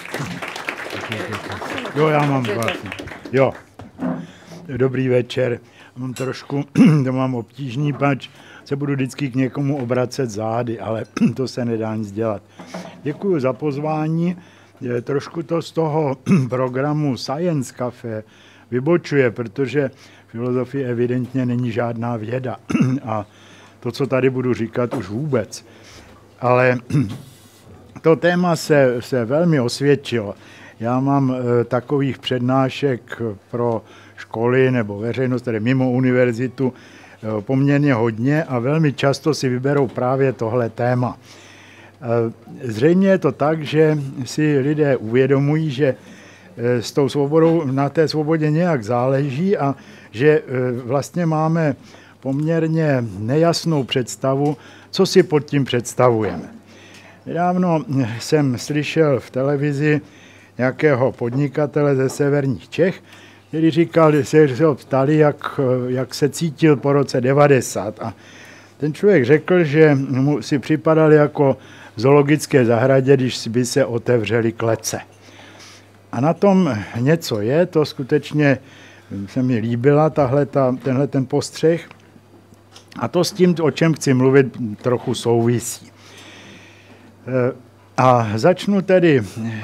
Jo, já mám vlastně. Jo. Dobrý večer. Mám trošku, to mám obtížný, pač se budu vždycky k někomu obracet zády, ale to se nedá nic dělat. Děkuji za pozvání. Trošku to z toho programu Science Café vybočuje, protože filozofie evidentně není žádná věda a to, co tady budu říkat, už vůbec. Ale to téma se velmi osvědčilo. Já mám takových přednášek pro školy nebo veřejnost, tedy mimo univerzitu, poměrně hodně a velmi často si vyberou právě tohle téma. Zřejmě je to tak, že si lidé uvědomují, že s tou svobodou, na té svobodě nějak záleží a že vlastně máme poměrně nejasnou představu, co si pod tím představujeme. Nedávno jsem slyšel v televizi nějakého podnikatele ze severních Čech, který říkal, že se ho ptali, jak se cítil po roce 90. A ten člověk řekl, že mu si připadal jako v zoologické zahradě, když by se otevřely klece. A na tom něco je, to skutečně se mi líbila, tenhle ten postřeh. A to s tím, o čem chci mluvit, trochu souvisí. A začnu tedy.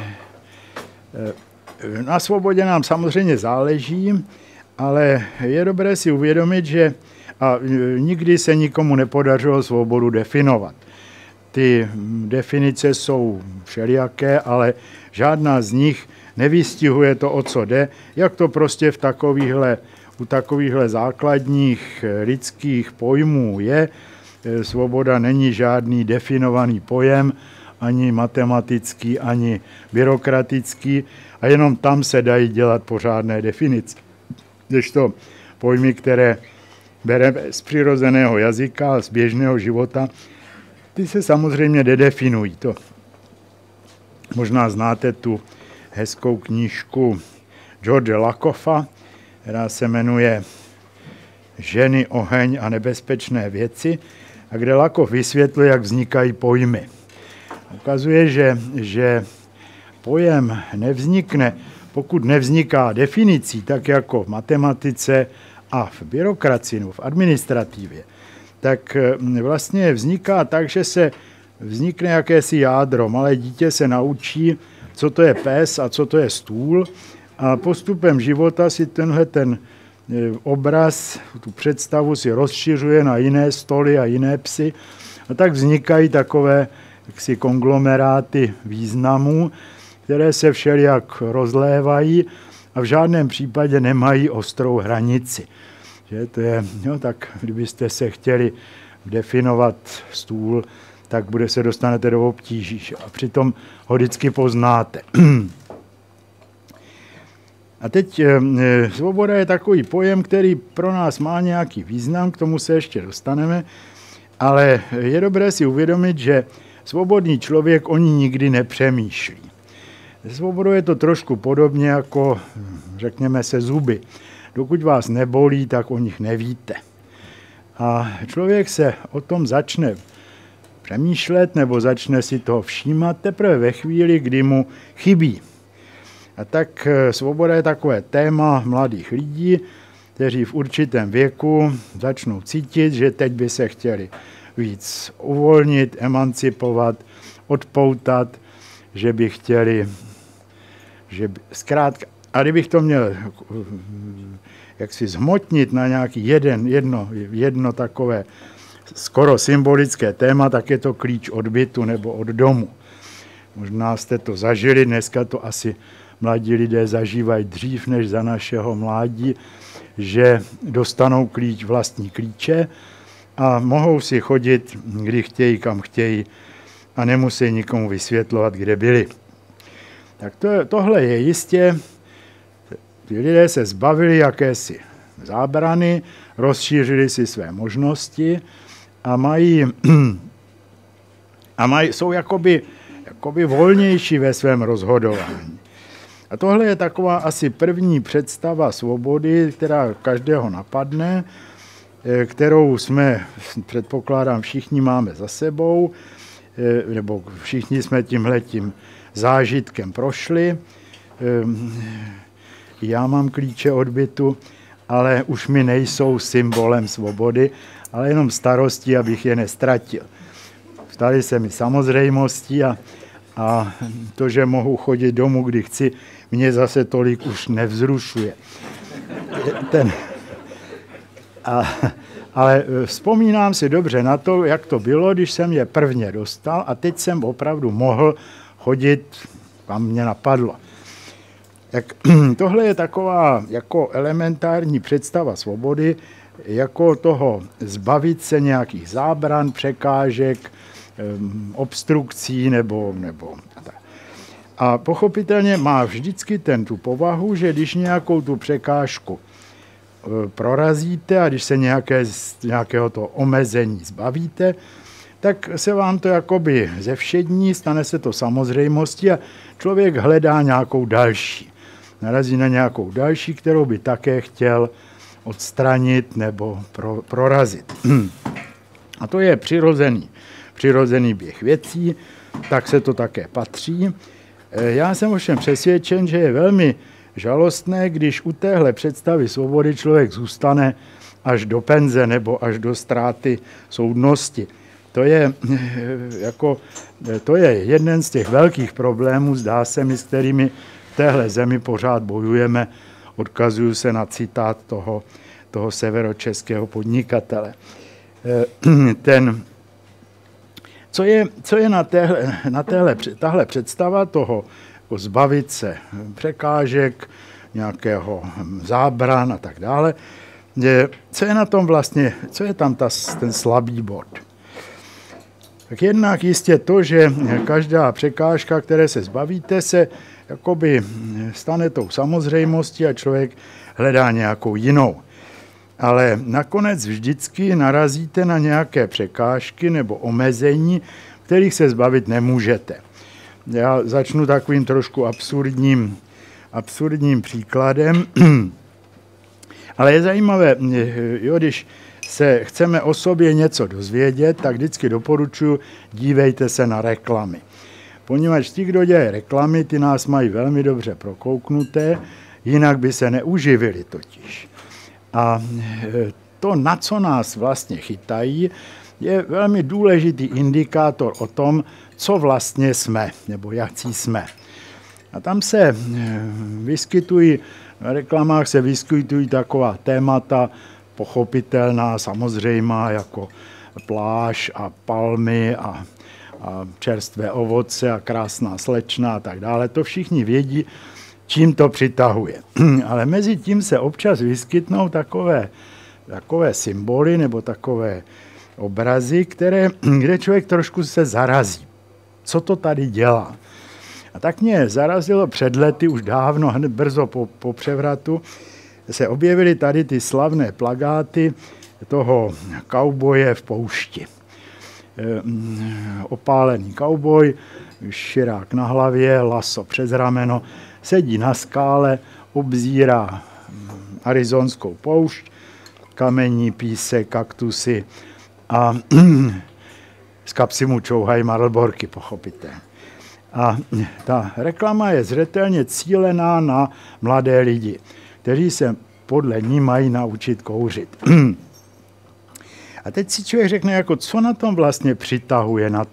Na svobodě nám samozřejmě záleží, ale je dobré si uvědomit, že nikdy se nikomu nepodařilo svobodu definovat. Ty definice jsou všelijaké, ale žádná z nich nevystihuje to, o co jde, jak to prostě u takovýchhle základních lidských pojmů je. Svoboda není žádný definovaný pojem, ani matematický, ani byrokratický, a jenom tam se dají dělat pořádné definice. Kdežto pojmy, které bereme z přirozeného jazyka, z běžného života, ty se samozřejmě nedefinují. To možná znáte tu hezkou knížku George Lakoffa, která se jmenuje Ženy, oheň a nebezpečné věci, a kde Lakoff vysvětluje, jak vznikají pojmy. Ukazuje, že pojem nevznikne, pokud nevzniká definicí, tak jako v matematice a v byrokracii, v administrativě, tak vlastně vzniká tak, že se vznikne jakési jádro. Malé dítě se naučí, co to je pes a co to je stůl, a postupem života si ten obraz, tu představu si rozšiřuje na jiné stoly a jiné psy, a tak vznikají takové jaksi konglomeráty významů, které se všelijak rozlévají a v žádném případě nemají ostrou hranici. Že to je, tak kdybyste se chtěli definovat stůl, tak se dostanete do obtíží a přitom ho vždycky poznáte. A teď svoboda je takový pojem, který pro nás má nějaký význam, k tomu se ještě dostaneme, ale je dobré si uvědomit, že svobodný člověk o ní nikdy nepřemýšlí. Se svobodou je to trošku podobně jako, řekněme, se zuby. Dokud vás nebolí, tak o nich nevíte. A člověk se o tom začne přemýšlet nebo začne si toho všímat teprve ve chvíli, kdy mu chybí. A tak svoboda je takové téma mladých lidí, kteří v určitém věku začnou cítit, že teď by se chtěli víc uvolnit, emancipovat, odpoutat, že by chtěli, zkrátka, a kdybych to měl jaksi zhmotnit na nějaký jedno takové skoro symbolické téma, tak je to klíč od bytu nebo od domu. Možná jste to zažili, dneska to asi mladí lidé zažívají dřív než za našeho mládí, že dostanou vlastní klíče a mohou si chodit, kdy chtějí, kam chtějí a nemusí nikomu vysvětlovat, kde byli. Tak tohle je jistě, ty lidé se zbavili jakési zábrany, rozšířili si své možnosti a jsou jakoby volnější ve svém rozhodování. A tohle je taková asi první představa svobody, která každého napadne, kterou jsme, předpokládám, všichni máme za sebou, nebo všichni jsme tímhletím zážitkem prošli. Já mám klíče od bytu, ale už mi nejsou symbolem svobody, ale jenom starostí, abych je nestratil. Staly se mi samozřejmostí a to, že mohu chodit domů, kdy chci, mě zase tolik už nevzrušuje. Ale vzpomínám si dobře na to, jak to bylo, když jsem je prvně dostal a teď jsem opravdu mohl chodit, kam mě napadlo. Tak tohle je taková jako elementární představa svobody, jako toho zbavit se nějakých zábran, překážek, obstrukcí nebo tak. A pochopitelně má vždycky tu povahu, že když nějakou tu překážku prorazíte a když se nějakého toho omezení zbavíte, tak se vám to jakoby zevšední, stane se to samozřejmostí a člověk hledá nějakou další. Narazí na nějakou další, kterou by také chtěl odstranit nebo prorazit. A to je přirozený běh věcí, tak se to také patří. Já jsem ovšem přesvědčen, že je velmi žalostné, když u téhle představy svobody člověk zůstane až do penze nebo až do ztráty soudnosti. To je jeden z těch velkých problémů, zdá se mi, s kterými v téhle zemi pořád bojujeme. Odkazuju se na citát toho severočeského podnikatele. Co je na tahle představa toho, jako zbavit se překážek, nějakého zábran a tak dále, co je na tom vlastně, co je tam ten slabý bod? Tak jednak jistě to, že každá překážka, které se zbavíte, se jakoby stane tou samozřejmostí a člověk hledá nějakou jinou. Ale nakonec vždycky narazíte na nějaké překážky nebo omezení, kterých se zbavit nemůžete. Já začnu takovým trošku absurdním příkladem, ale je zajímavé, když se chceme o sobě něco dozvědět, tak vždycky doporučuji, dívejte se na reklamy. Poněvadž ti, kdo dělají reklamy, ty nás mají velmi dobře prokouknuté, jinak by se neuživili totiž. A to, na co nás vlastně chytají, je velmi důležitý indikátor o tom, co vlastně jsme, nebo jakcí jsme. A tam se vyskytují, v reklamách se vyskytují taková témata pochopitelná, samozřejmá, jako pláž a palmy a čerstvé ovoce a krásná slečna a tak dále. To všichni vědí, čím to přitahuje. Ale mezi tím se občas vyskytnou takové symboly nebo takové obrazy, kde člověk trošku se zarazí. Co to tady dělá? A tak mě zarazilo před lety, už dávno, hned brzo po převratu, se objevily tady ty slavné plakáty toho kauboje v poušti. Opálený kauboj, širák na hlavě, laso přes rameno, sedí na skále, obzírá arizonskou poušť, kamení, písek, kaktusy a z kapsy mu čouhají marlborky, pochopitelně. A ta reklama je zřetelně cílená na mladé lidi, kteří se podle ní mají naučit kouřit. A teď si člověk řekne, jako co na tom vlastně přitahuje, na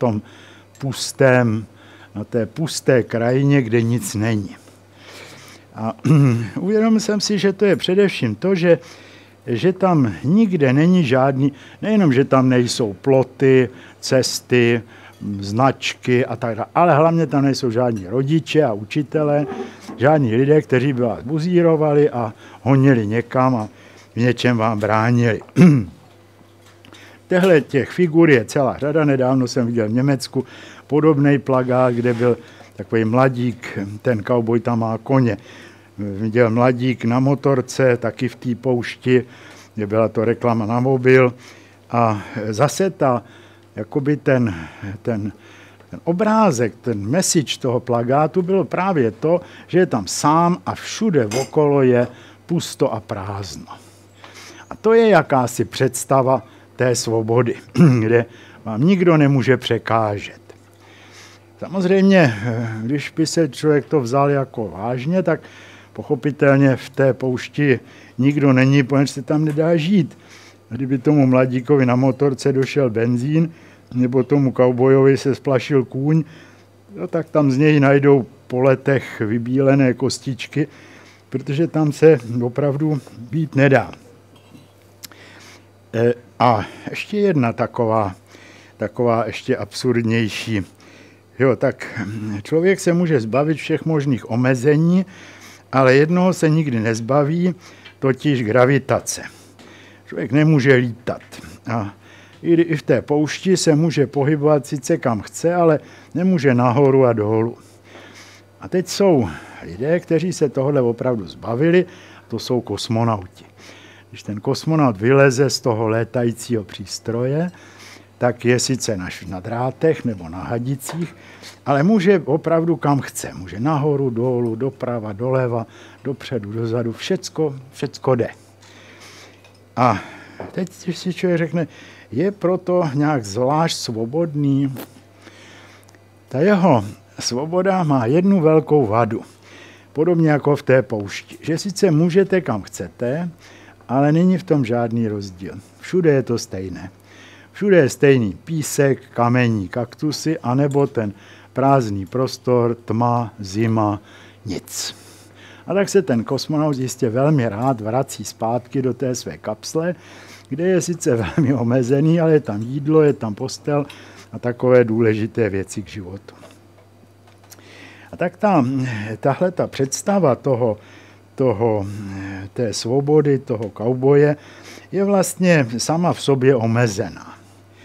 té pusté krajině, kde nic není. A uvědomil jsem si, že to je především to, že tam nikde není žádný, nejenom, že tam nejsou ploty, cesty, značky a tak dále, ale hlavně tam nejsou žádní rodiče a učitelé, žádní lidé, kteří by vás buzírovali a honili někam a v něčem vám bránili. Těch figur je celá řada. Nedávno jsem viděl v Německu podobný plakát, kde byl takový mladík, ten kauboj tam má koně. Viděl mladík na motorce, taky v té poušti, kde byla to reklama na mobil. A zase ten obrázek, ten message toho plakátu bylo právě to, že je tam sám a všude okolo je pusto a prázdno. A to je jakási představa té svobody, kde vám nikdo nemůže překážet. Samozřejmě, když by se člověk to vzal jako vážně, tak pochopitelně v té poušti nikdo není, protože se tam nedá žít. Kdyby tomu mladíkovi na motorce došel benzín, nebo tomu kaubojovi se splašil kůň, no tak tam z něj najdou po letech vybílené kostičky, protože tam se opravdu být nedá. A ještě jedna taková ještě absurdnější. Jo, tak člověk se může zbavit všech možných omezení, ale jednoho se nikdy nezbaví, totiž gravitace. Člověk nemůže lítat. A i v té poušti se může pohybovat sice kam chce, ale nemůže nahoru a dolů. A teď jsou lidé, kteří se tohle opravdu zbavili, to jsou kosmonauti. Když ten kosmonaut vyleze z toho létajícího přístroje, tak je sice na drátech nebo na hadicích, ale může opravdu kam chce. Může nahoru, dolů, doprava, doleva, dopředu, dozadu, všecko jde. A teď, když si člověk řekne, je proto nějak zvlášť svobodný, ta jeho svoboda má jednu velkou vadu, podobně jako v té poušti, že sice můžete kam chcete, ale není v tom žádný rozdíl. Všude je to stejné. Všude je stejný písek, kamení, kaktusy, anebo ten prázdný prostor, tma, zima, nic. A tak se ten kosmonaut jistě velmi rád vrací zpátky do té své kapsle, kde je sice velmi omezený, ale je tam jídlo, je tam postel a takové důležité věci k životu. A tak tahle ta představa té svobody, toho kauboje, je vlastně sama v sobě omezená.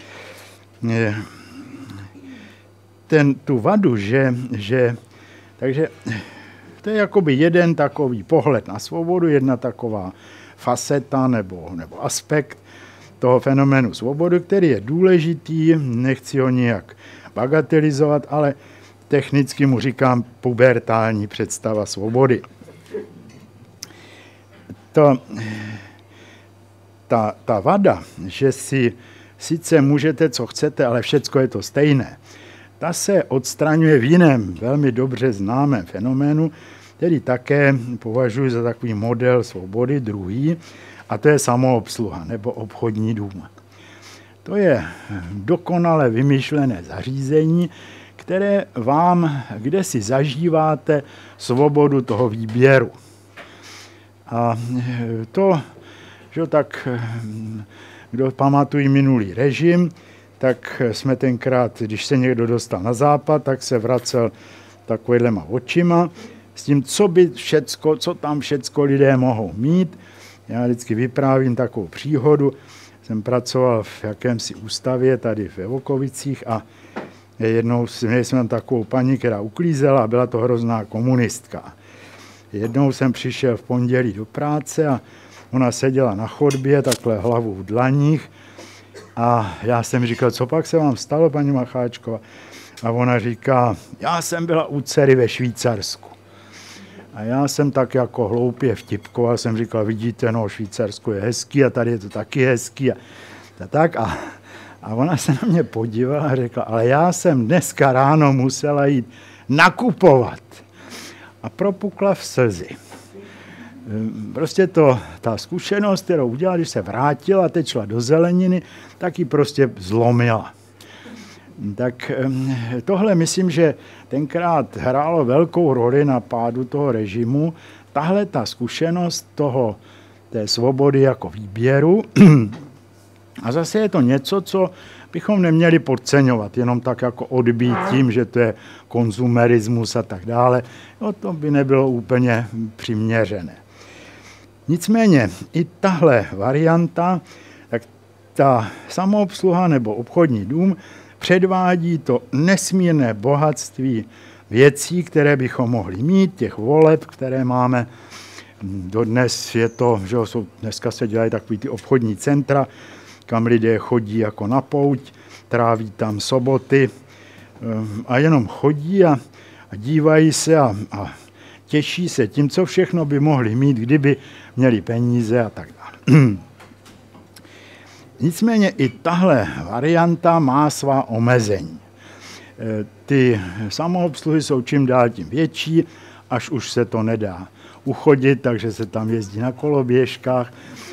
Tu vadu, takže to je jakoby jeden takový pohled na svobodu, jedna taková faceta nebo aspekt toho fenoménu svobody, který je důležitý, nechci ho nijak bagatelizovat, ale technicky mu říkám pubertální představa svobody. Ta vada, že si sice můžete, co chcete, ale všecko je to stejné, ta se odstraňuje v jiném, velmi dobře známém fenoménu, který také považuji za takový model svobody druhý, a to je samoobsluha nebo obchodní dům. To je dokonale vymyšlené zařízení, které vám, kde si zažíváte svobodu toho výběru. A to, že tak, kdo pamatují minulý režim, tak jsme tenkrát, když se někdo dostal na západ, tak se vracel takovýhlema očima s tím, co tam všecko lidé mohou mít. Já vždycky vyprávím takovou příhodu. Jsem pracoval v jakémsi ústavě tady ve Vokovicích a jednou měli jsme tam takovou paní, která uklízela a byla to hrozná komunistka. Jednou jsem přišel v pondělí do práce a ona seděla na chodbě, takhle hlavu v dlaních a já jsem říkal, co pak se vám stalo, paní Macháčková? A ona říká, já jsem byla u dcery ve Švýcarsku. A já jsem tak jako hloupě vtipkoval, jsem říkal, vidíte, no, Švýcarsko je hezký a tady je to taky hezký. A ona se na mě podívala a řekla, ale já jsem dneska ráno musela jít nakupovat. A propukla v slzy. Prostě ta zkušenost, kterou udělala, když se vrátila a teď šla do zeleniny, tak ji prostě zlomila. Tak tohle myslím, že tenkrát hrálo velkou roli na pádu toho režimu. Tahle ta zkušenost té svobody jako výběru. A zase je to něco, co bychom neměli podceňovat, jenom tak jako odbít tím, že to je konzumerismus a tak dále. No, to by nebylo úplně přiměřené. Nicméně i tahle varianta, tak ta samoobsluha nebo obchodní dům předvádí to nesmírné bohatství věcí, které bychom mohli mít, těch voleb, které máme. Dodnes je to, že dneska se dělají takový ty obchodní centra, kam lidé chodí jako na pouť, tráví tam soboty a jenom chodí a dívají se a těší se tím, co všechno by mohli mít, kdyby měli peníze a tak dále. Nicméně i tahle varianta má svá omezení. Ty samoobsluhy jsou čím dál tím větší, až už se to nedá uchodit, takže se tam jezdí na koloběžkách.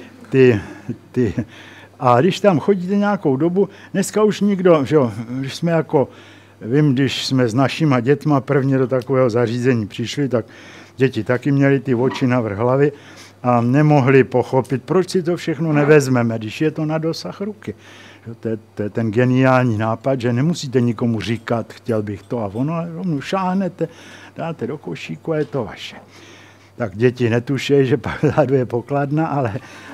A když tam chodíte nějakou dobu, dneska už nikdo, že jo, když jsme jako, vím, když jsme s našima dětma prvně do takového zařízení přišli, tak děti taky měly ty oči navrch hlavy a nemohli pochopit, proč si to všechno nevezmeme, když je to na dosah ruky. To je ten geniální nápad, že nemusíte nikomu říkat, chtěl bych to a ono, rovnou šáhnete, dáte do košíku a je to vaše. Tak děti netušejí, že pak vzadu je pokladna, ale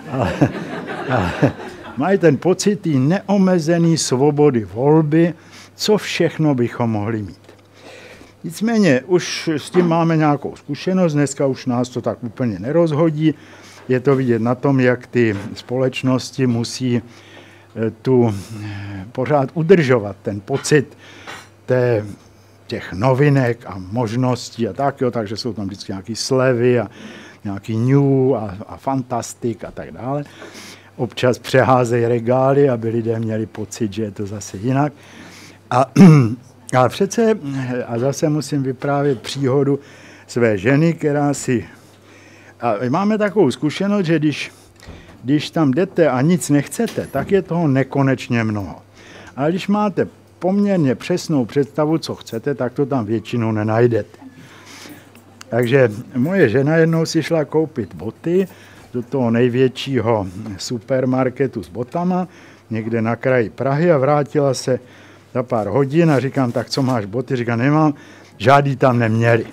mají ten pocit té neomezené svobody volby, co všechno bychom mohli mít. Nicméně už s tím máme nějakou zkušenost, dneska už nás to tak úplně nerozhodí. Je to vidět na tom, jak ty společnosti musí tu pořád udržovat ten pocit těch novinek a možností a tak, jo, takže jsou tam vždycky nějaké slevy a nějaký new a fantastik a tak dále. Občas přeházejí regály, aby lidé měli pocit, že je to zase jinak. A přece, a zase musím vyprávět příhodu své ženy, která si... A máme takovou zkušenost, že když tam jdete a nic nechcete, tak je toho nekonečně mnoho. Ale když máte poměrně přesnou představu, co chcete, tak to tam většinou nenajdete. Takže moje žena jednou si šla koupit boty do toho největšího supermarketu s botama, někde na kraji Prahy a vrátila se za pár hodin a říkám, tak co máš boty? Říkám, nemám, žádný tam neměli.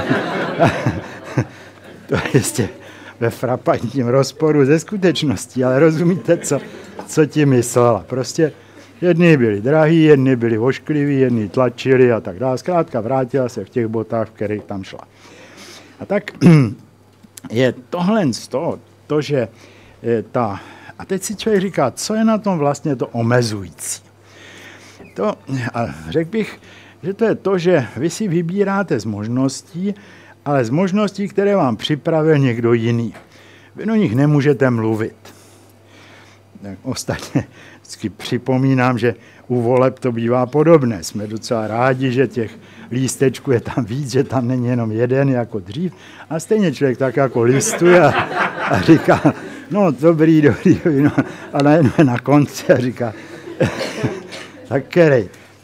To je jistě ve frapantním rozporu ze skutečností, ale rozumíte, co tím myslela. Prostě jedni byli drahý, jedni byli oškliví, jedni tlačili a tak dále. Zkrátka vrátila se v těch botách, v kterých tam šla. A tak je tohle z toho, že a teď si člověk říká, co je na tom vlastně to omezující. A řekl bych, že to je to, že vy si vybíráte z možností, ale z možností, které vám připravil někdo jiný. Vy o nich nemůžete mluvit. Tak ostatně vždycky připomínám, že u voleb to bývá podobné. Jsme docela rádi, že těch lístečků je tam víc, že tam není jenom jeden jako dřív. A stejně člověk tak jako listuje a říká, no dobrý, no, a najednou na konci a říká, tak kerej.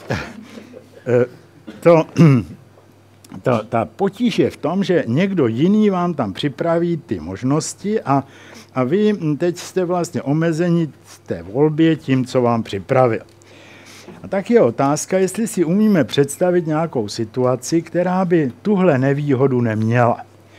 Ta potíž je v tom, že někdo jiný vám tam připraví ty možnosti a vy teď jste vlastně omezeni v té volbě tím, co vám připravil. A tak je otázka, jestli si umíme představit nějakou situaci, která by tuhle nevýhodu neměla.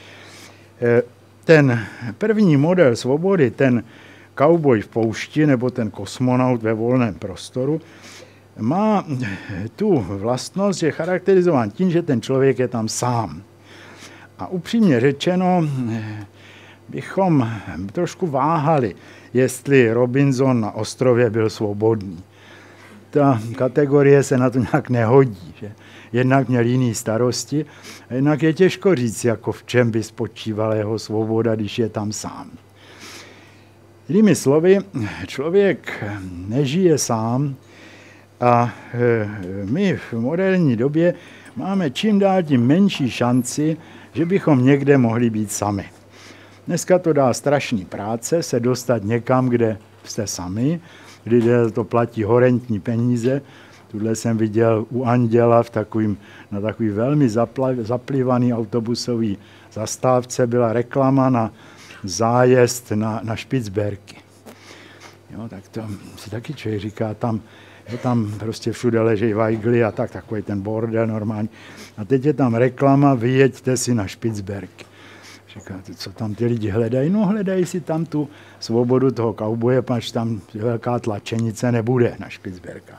Ten první model svobody, ten kauboj v poušti nebo ten kosmonaut ve volném prostoru, má tu vlastnost, že je charakterizován tím, že ten člověk je tam sám. A upřímně řečeno, bychom trošku váhali, jestli Robinson na ostrově byl svobodný. Ta kategorie se na to nějak nehodí. Že? Jednak měl jiný starosti, a jednak je těžko říct, jako v čem by spočívala jeho svoboda, když je tam sám. Jinými slovy, člověk nežije sám, a my v moderní době máme čím dál tím menší šanci, že bychom někde mohli být sami. Dneska to dá strašný práce se dostat někam, kde jste sami, lidé to platí horentní peníze. Tuhle jsem viděl u Anděla na takový velmi zaplivaný autobusový zastávce byla reklama na zájezd na Špicberky. Jo, tak to si taky člověk říká, tam prostě všude ležejí vajgly a takový ten bordel normální. A teď je tam reklama, vyjeďte si na Špicberky. Říkáte, co tam ty lidi hledají? No hledají si tam tu svobodu toho kauboje, pač tam velká tlačenice nebude na Špicberkách.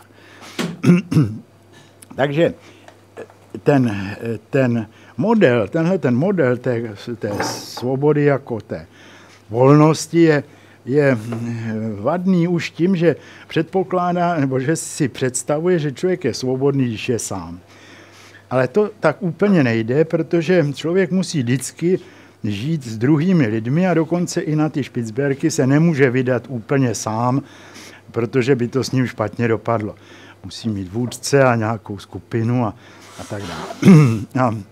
Takže ten model té svobody jako té volnosti je vadný už tím, že předpokládá, nebo že si představuje, že člověk je svobodný, když je sám. Ale to tak úplně nejde, protože člověk musí vždycky žít s druhými lidmi a dokonce i na ty Špicberky se nemůže vydat úplně sám, protože by to s ním špatně dopadlo. musí mít vůdce a nějakou skupinu a tak dále. A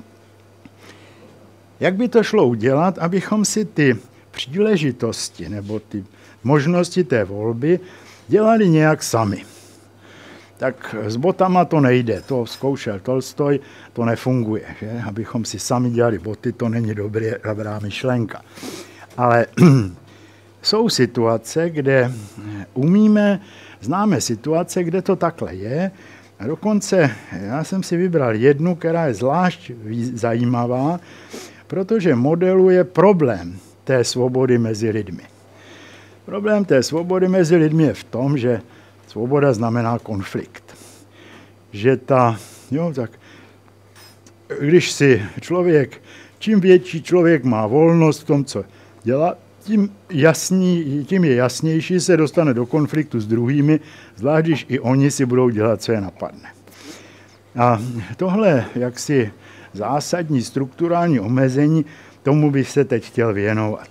jak by to šlo udělat, abychom si ty příležitosti nebo ty možnosti té volby dělali nějak sami? Tak s botama to nejde, to zkoušel Tolstoj, to nefunguje. Že? Abychom si sami dělali boty, to není dobrá myšlenka. Ale jsou situace, kde známe situace, kde to takhle je. A dokonce já jsem si vybral jednu, která je zvlášť zajímavá, protože modeluje problém té svobody mezi lidmi. Problém té svobody mezi lidmi je v tom, že svoboda znamená konflikt. Že když si čím větší člověk má volnost v tom, co dělá, tím je jasnější se dostane do konfliktu s druhými, zvlášť když i oni si budou dělat, co je napadne. A tohle jaksi zásadní strukturální omezení, tomu bych se teď chtěl věnovat.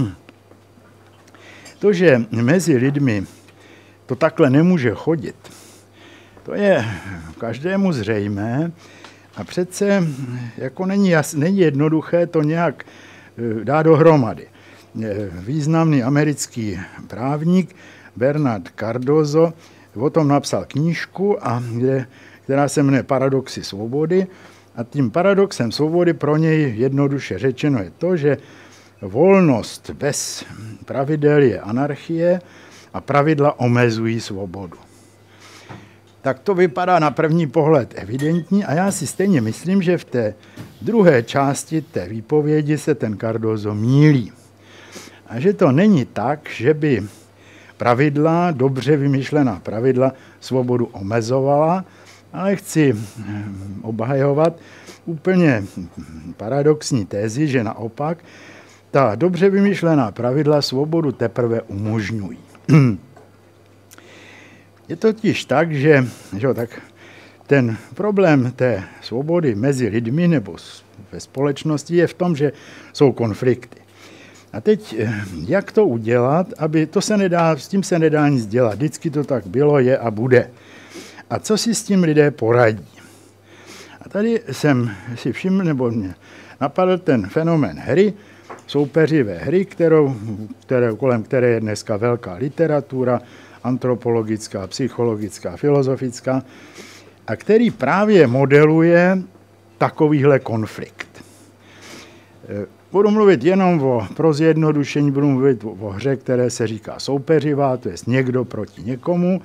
To, že mezi lidmi to takhle nemůže chodit, to je každému zřejmé a přece jako není jednoduché to nějak dát dohromady. Významný americký právník Bernard Cardozo o tom napsal knížku, která se jmenuje Paradoxy svobody. A tím paradoxem svobody pro něj jednoduše řečeno je to, že volnost bez pravidel je anarchie a pravidla omezují svobodu. Tak to vypadá na první pohled evidentní a já si stejně myslím, že v té druhé části té výpovědi se ten Cardozo mýlí. A že to není tak, že by pravidla, dobře vymyšlená pravidla, svobodu omezovala, ale chci obhajovat úplně paradoxní tézi, že naopak ta dobře vymyšlená pravidla svobodu teprve umožňují. Je totiž tak, že tak ten problém té svobody mezi lidmi nebo ve společnosti je v tom, že jsou konflikty. A teď, jak to udělat, s tím se nedá nic dělat. Vždycky to tak bylo, je a bude. A co si s tím lidé poradí? A tady jsem si všiml, nebo mě napadl ten fenomén hry, soupeřivé hry, kolem které je dneska velká literatura, antropologická, psychologická, filozofická, a který právě modeluje takovýhle konflikt. Budu mluvit jenom pro zjednodušení, budu mluvit o hře, které se říká soupeřivá, to je někdo proti někomu,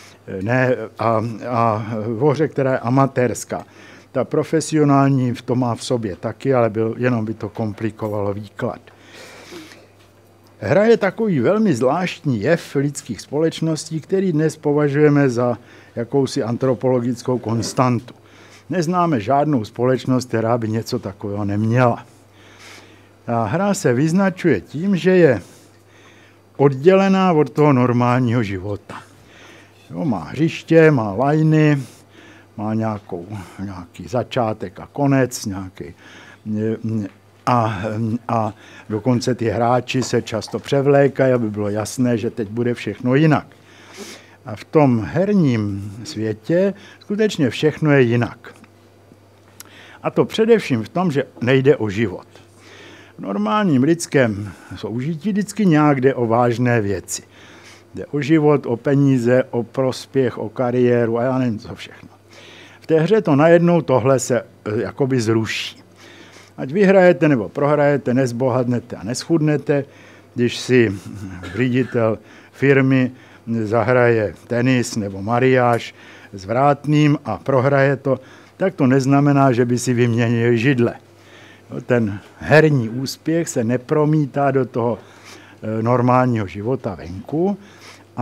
a o hře, která je amatérská. Ta profesionální to má v sobě taky, ale jenom by to komplikovalo výklad. Hra je takový velmi zvláštní jev lidských společností, který dnes považujeme za jakousi antropologickou konstantu. Neznáme žádnou společnost, která by něco takového neměla. Ta hra se vyznačuje tím, že je oddělená od toho normálního života. Má hřiště, má lajny, má nějaký začátek a konec, a dokonce ty hráči se často převlékají, aby bylo jasné, že teď bude všechno jinak. A v tom herním světě skutečně všechno je jinak. A to především v tom, že nejde o život. V normálním lidském soužití vždycky nějak jde o vážné věci. Jde o život, o peníze, o prospěch, o kariéru a já nevím co všechno. V té hře to najednou tohle se jakoby zruší. Ať vyhrajete nebo prohrajete, nezbohatnete a neschudnete, když si ředitel firmy zahraje tenis nebo mariáž s vrátným a prohraje to, tak to neznamená, že by si vyměnili židle. Ten herní úspěch se nepromítá do toho normálního života venku a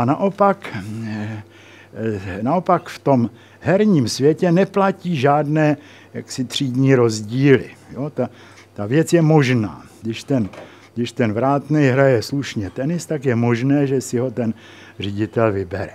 naopak v tom herním světě neplatí žádné jaksi třídní rozdíly. Jo, ta věc je možná. Když ten vrátný hraje slušně tenis, tak je možné, že si ho ten ředitel vybere.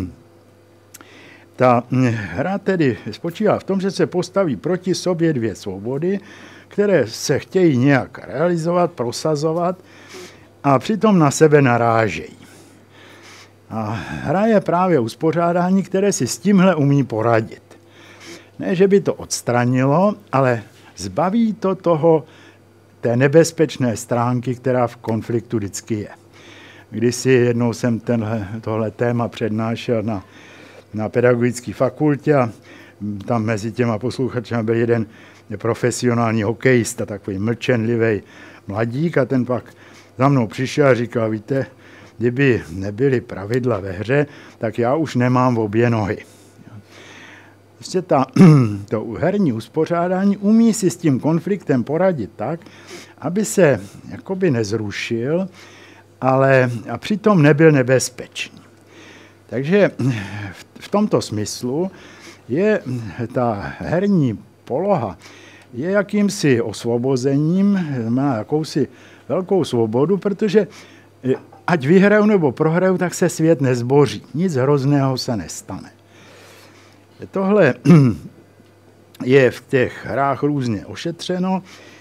Ta hra tedy spočívá v tom, že se postaví proti sobě dvě svobody, které se chtějí nějak realizovat, prosazovat a přitom na sebe narážejí. A hra je právě uspořádání, které si s tímhle umí poradit. Ne, že by to odstranilo, ale zbaví to té nebezpečné stránky, která v konfliktu vždycky je. Kdysi jednou jsem tohle téma přednášel na pedagogické fakultě a tam mezi těma posluchači byl jeden profesionální hokejista, takový mlčenlivý mladík a ten pak za mnou přišel a říkal, víte, kdyby nebyly pravidla ve hře, tak já už nemám obě nohy. Prostě to herní uspořádání umí si s tím konfliktem poradit tak, aby se jakoby nezrušil, ale a přitom nebyl nebezpečný. Takže v tomto smyslu je ta herní poloha je jakýmsi osvobozením, má jakousi velkou svobodu, protože ať vyhraju nebo prohraju, tak se svět nezboří. Nic hrozného se nestane. Tohle je v těch hrách různě ošetřeno,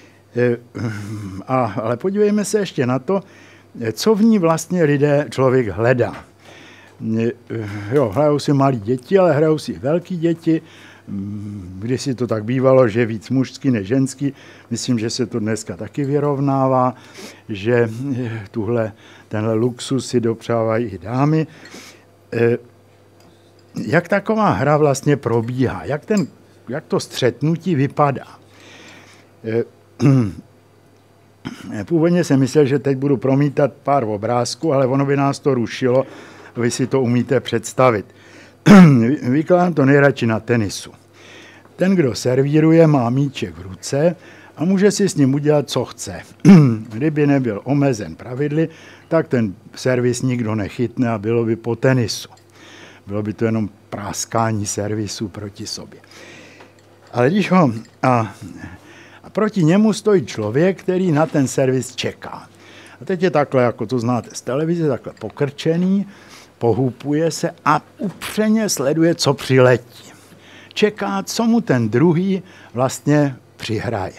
ale podívejme se ještě na to, co v ní vlastně člověk hledá. Hrajou si malí děti, ale hrajou si velký děti. Kdysi to tak bývalo, že víc mužský než ženský. Myslím, že se to dneska taky vyrovnává, že tenhle luxus si dopřávají i dámy. Jak taková hra vlastně probíhá? Jak to střetnutí vypadá? Původně jsem myslel, že teď budu promítat pár obrázků, ale ono by nás to rušilo. Vy si to umíte představit. Vykládám to nejradši na tenisu. Ten, kdo servíruje, má míček v ruce a může si s ním udělat, co chce. Kdyby nebyl omezen pravidly, tak ten servis nikdo nechytne a bylo by po tenisu. Bylo by to jenom práskání servisu proti sobě. Ale když a proti němu stojí člověk, který na ten servis čeká. A teď je takhle, jako to znáte z televize, takhle pokrčený, pohupuje se a upřeně sleduje, co přiletí. Čeká, co mu ten druhý vlastně přihraje.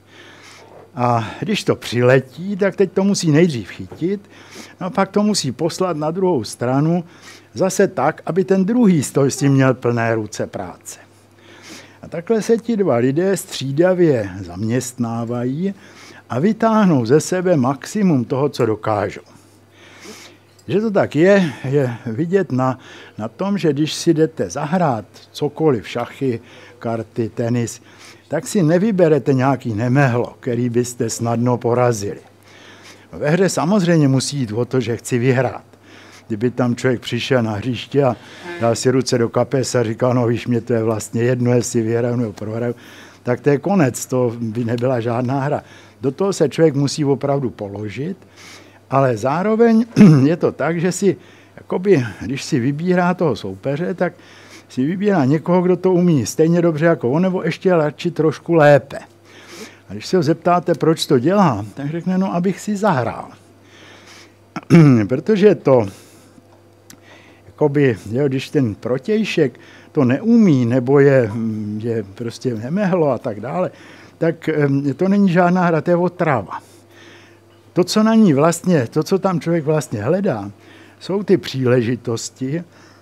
A když to přiletí, tak teď to musí nejdřív chytit, no a pak to musí poslat na druhou stranu zase tak, aby ten druhý s tím měl plné ruce práce. A takhle se ti dva lidé střídavě zaměstnávají a vytáhnou ze sebe maximum toho, co dokážou. Že to tak je vidět na tom, že když si jdete zahrát cokoliv, šachy, karty, tenis, tak si nevyberete nějaký nemehlo, který byste snadno porazili. Ve hře samozřejmě musí jít o to, že chci vyhrát. Kdyby tam člověk přišel na hřiště a dal si ruce do kapes a říkal, no víš, mě to je vlastně jedno, jestli vyhraju nebo prohraju, tak to je konec, to by nebyla žádná hra. Do toho se člověk musí opravdu položit, ale zároveň je to tak, že si, jakoby, když si vybírá toho soupeře, tak si vybírá někoho, kdo to umí stejně dobře jako on, nebo ještě radši trošku lépe. A když se ho zeptáte, proč to dělá, tak řekne, no, abych si zahrál. Protože to, jakoby, když ten protějšek to neumí, nebo je prostě nemehlo a tak dále, tak to není žádná hra, to je otrava. To, co na ní vlastně, to, co tam člověk vlastně hledá, jsou ty příležitosti,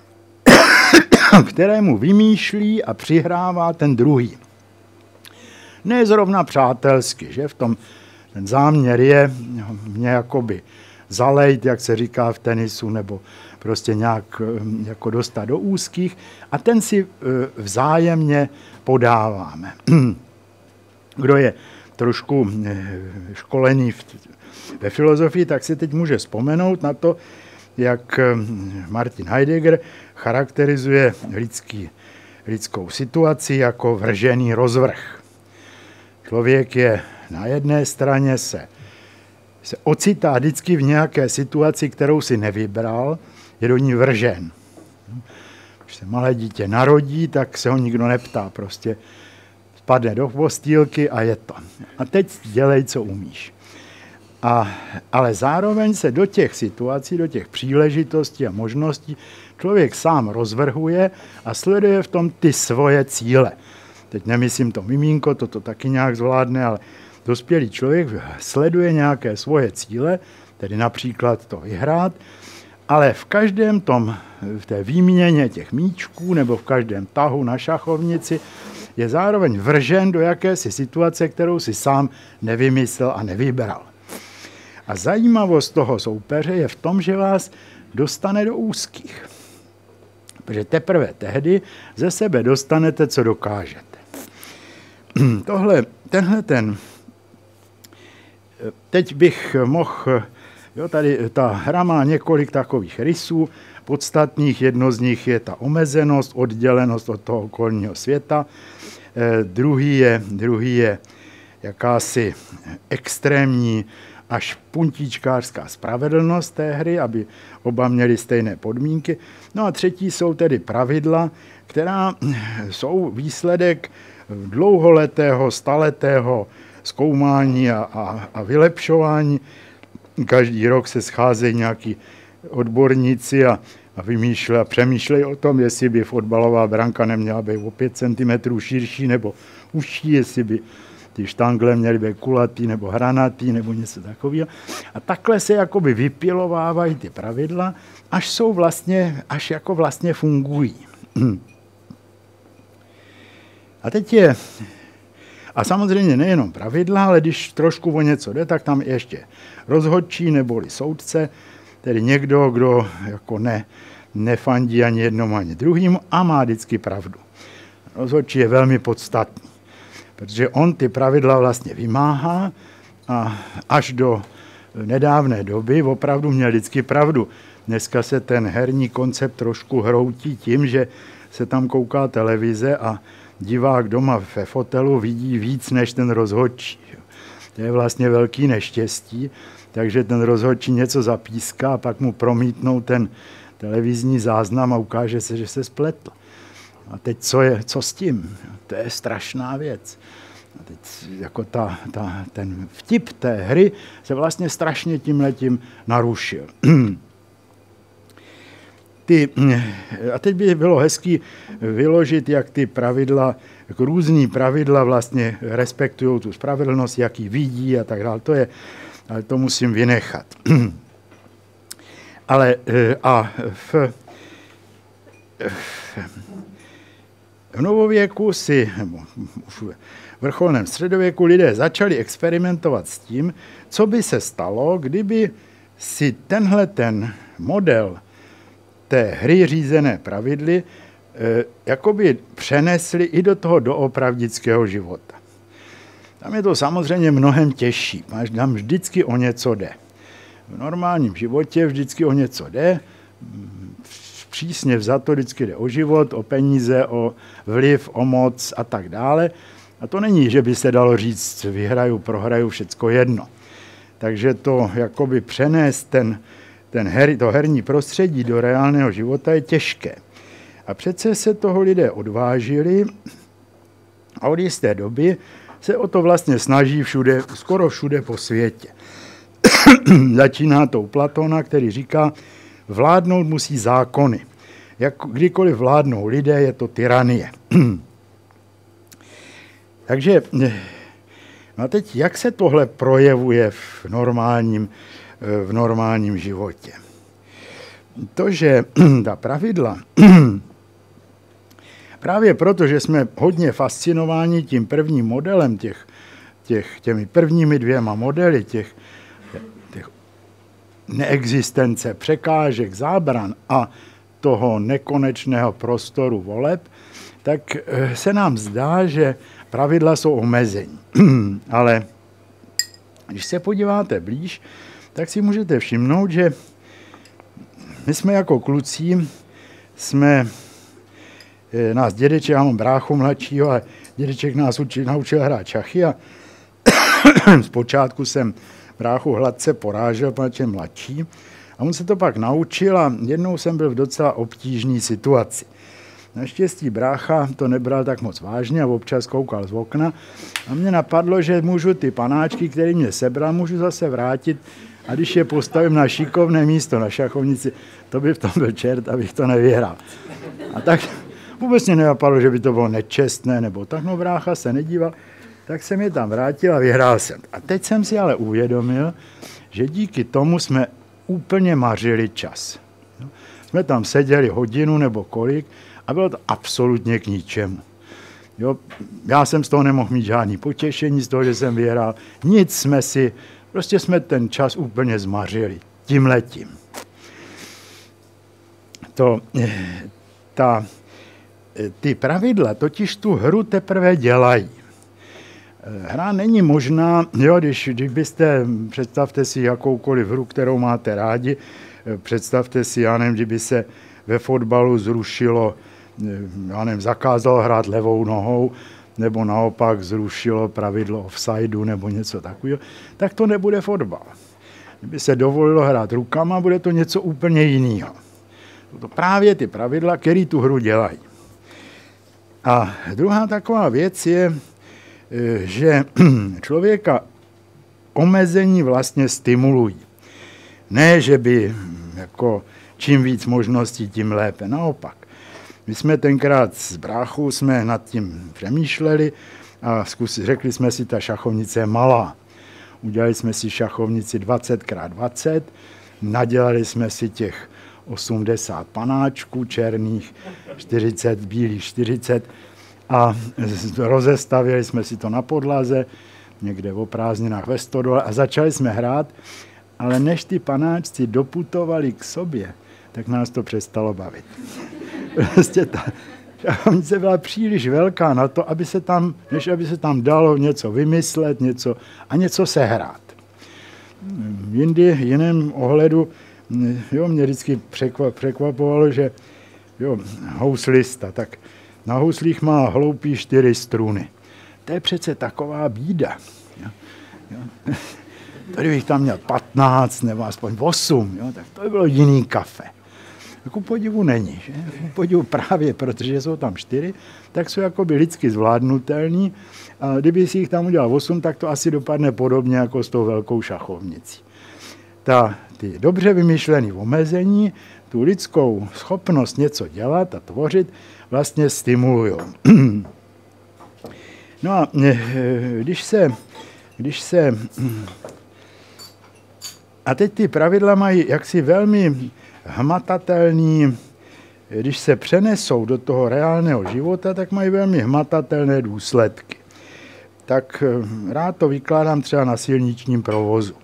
které mu vymýšlí a přihrává ten druhý. Ne zrovna přátelsky, že v tom ten záměr je mě jakoby zalejt, jak se říká v tenisu, nebo prostě nějak jako dostat do úzkých a ten si vzájemně podáváme. Kdo je trošku školený ve filozofii, tak si teď může vzpomenout na to, jak Martin Heidegger charakterizuje lidskou situaci jako vržený rozvrh. Člověk je na jedné straně se ocitá vždycky v nějaké situaci, kterou si nevybral, je do ní vržen. Když se malé dítě narodí, tak se ho nikdo neptá, prostě spadne do postýlky a je to. A teď dělej, co umíš. Ale zároveň se do těch situací, do těch příležitostí a možností člověk sám rozvrhuje a sleduje v tom ty svoje cíle. Teď nemyslím to mimínko, to taky nějak zvládne, ale dospělý člověk sleduje nějaké svoje cíle, tedy například to vyhrát, Ale v každém v té výměně těch míčků nebo v každém tahu na šachovnici je zároveň vržen do jakési situace, kterou si sám nevymyslel a nevybral. A zajímavost toho soupeře je v tom, že vás dostane do úzkých. Protože teprve tehdy ze sebe dostanete, co dokážete. Teď bych mohl, tady ta hra má několik takových rysů podstatných, jedno z nich je ta omezenost, oddělenost od toho okolního světa, druhý je jakási extrémní až puntíčkářská spravedlnost té hry, aby oba měli stejné podmínky. No a třetí jsou tedy pravidla, která jsou výsledek dlouholetého, staletého zkoumání a vylepšování. Každý rok se scházejí nějaký odborníci a přemýšlejí o tom, jestli by fotbalová branka neměla být o 5 cm širší nebo užší, jestli by ty štangle měly být kulatý nebo hranatý nebo něco takového. A takhle se jakoby vypilovávají ty pravidla, až jako vlastně fungují. A samozřejmě nejenom pravidla, ale když trošku o něco jde, tak tam ještě rozhodčí neboli soudce, tedy někdo, kdo jako nefandí ani jednomu, ani druhému a má vždycky pravdu. Rozhodčí je velmi podstatný, protože on ty pravidla vlastně vymáhá a až do nedávné doby opravdu měl vždycky pravdu. Dneska se ten herní koncept trošku hroutí tím, že se tam kouká televize a divák doma ve fotelu vidí víc než ten rozhodčí. To je vlastně velký neštěstí, takže ten rozhodčí něco zapíská a pak mu promítnou ten televizní záznam a ukáže se, že se spletl. A teď co s tím? To je strašná věc. A teď jako ten vtip té hry se vlastně strašně tímhletím narušil. A teď by bylo hezký vyložit, jak ty pravidla, jako různý pravidla vlastně respektují tu spravedlnost, jak ji vidí a tak dále. Ale to musím vynechat. V novověku nebo už v vrcholném středověku lidé začali experimentovat s tím, co by se stalo, kdyby si ten model té hry řízené pravidly jakoby přenesli i do toho doopravdického života. Tam je to samozřejmě mnohem těžší, tam vždycky o něco jde. V normálním životě vždycky o něco jde, přísně vzato vždycky jde o život, o peníze, o vliv, o moc a tak dále. A to není, že by se dalo říct, vyhraju, prohraju, všecko jedno. Takže to jakoby přenést to herní prostředí do reálného života je těžké. A přece se toho lidé odvážili a od jisté doby se o to vlastně snaží skoro všude po světě. Začíná to u Platona, který říká, vládnout musí zákony. Kdykoliv vládnou lidé, je to tyranie. Takže a teď, jak se tohle projevuje v normálním životě? To, že ta pravidla, právě proto, že jsme hodně fascinováni tím prvním modelem, těmi prvními 2 modely, těch neexistence překážek, zábran a toho nekonečného prostoru voleb, tak se nám zdá, že pravidla jsou omezení. Ale když se podíváte blíž, tak si můžete všimnout, že my jsme jako kluci, nás dědeček, já mám bráchu mladšího a dědeček nás naučil hrát šachy a zpočátku jsem bráchu hladce porážel, protože mladší. A on se to pak naučil a jednou jsem byl v docela obtížné situaci. Naštěstí brácha to nebral tak moc vážně a občas koukal z okna. A mě napadlo, že můžu ty panáčky, které mě sebral, můžu zase vrátit. A když je postavím na šikovné místo na šachovnici, to by v tom byl čert, abych to nevyhrál. A tak vůbec mě nenapadlo, že by to bylo nečestné, nebo tak, no brácha se nedíval. Tak jsem je tam vrátil a vyhrál jsem. A teď jsem si ale uvědomil, že díky tomu jsme úplně mařili čas. Jo. Jsme tam seděli hodinu nebo kolik a bylo to absolutně k ničemu. Jo. Já jsem z toho nemohl mít žádný potěšení, z toho, že jsem vyhrál. Nic prostě jsme ten čas úplně zmařili. Tímhletím. Ty pravidla totiž tu hru teprve dělají. Hra není možná, jo, když byste, představte si jakoukoliv hru, kterou máte rádi, představte si, já nevím, kdyby se ve fotbalu zrušilo, já nevím, zakázalo hrát levou nohou, nebo naopak zrušilo pravidlo offsideu nebo něco takového, tak to nebude fotbal. Kdyby se dovolilo hrát rukama, bude to něco úplně jiného. To právě ty pravidla, které tu hru dělají. A druhá taková věc je, že člověka omezení vlastně stimulují. Ne, že by jako čím víc možností, tím lépe. Naopak. My jsme tenkrát s bráchou jsme nad tím přemýšleli a řekli jsme si, ta šachovnice je malá. Udělali jsme si šachovnici 20x20, nadělali jsme si těch 80 panáčků černých, 40 bílých, 40 a rozestavili jsme si to na podlaze, někde o prázdninách ve stodole a začali jsme hrát, ale než ty panáčci doputovali k sobě, tak nás to přestalo bavit. Prostě ta šachovnice byla příliš velká na to, aby se tam dalo něco vymyslet, něco sehrát. V jiném ohledu, jo, mě vždycky překvapovalo, že jo, houslista, tak na houslích má hloupý 4 struny. To je přece taková bída. Jo. Tady bych tam měl 15 nebo aspoň 8, jo, tak to by bylo jiný kafe. Tak u podivu není. Že? U podivu právě, protože jsou tam 4, tak jsou jakoby lidsky zvládnutelní. A kdyby si jich tam udělal 8, tak to asi dopadne podobně jako s tou velkou šachovnicí. Ty dobře vymyšlené omezení, tu lidskou schopnost něco dělat a tvořit, vlastně stimulují. No a když se a teď ty pravidla mají jaksi velmi hmatatelný, když se přenesou do toho reálného života, tak mají velmi hmatatelné důsledky. Tak rád to vykládám třeba na silničním provozu.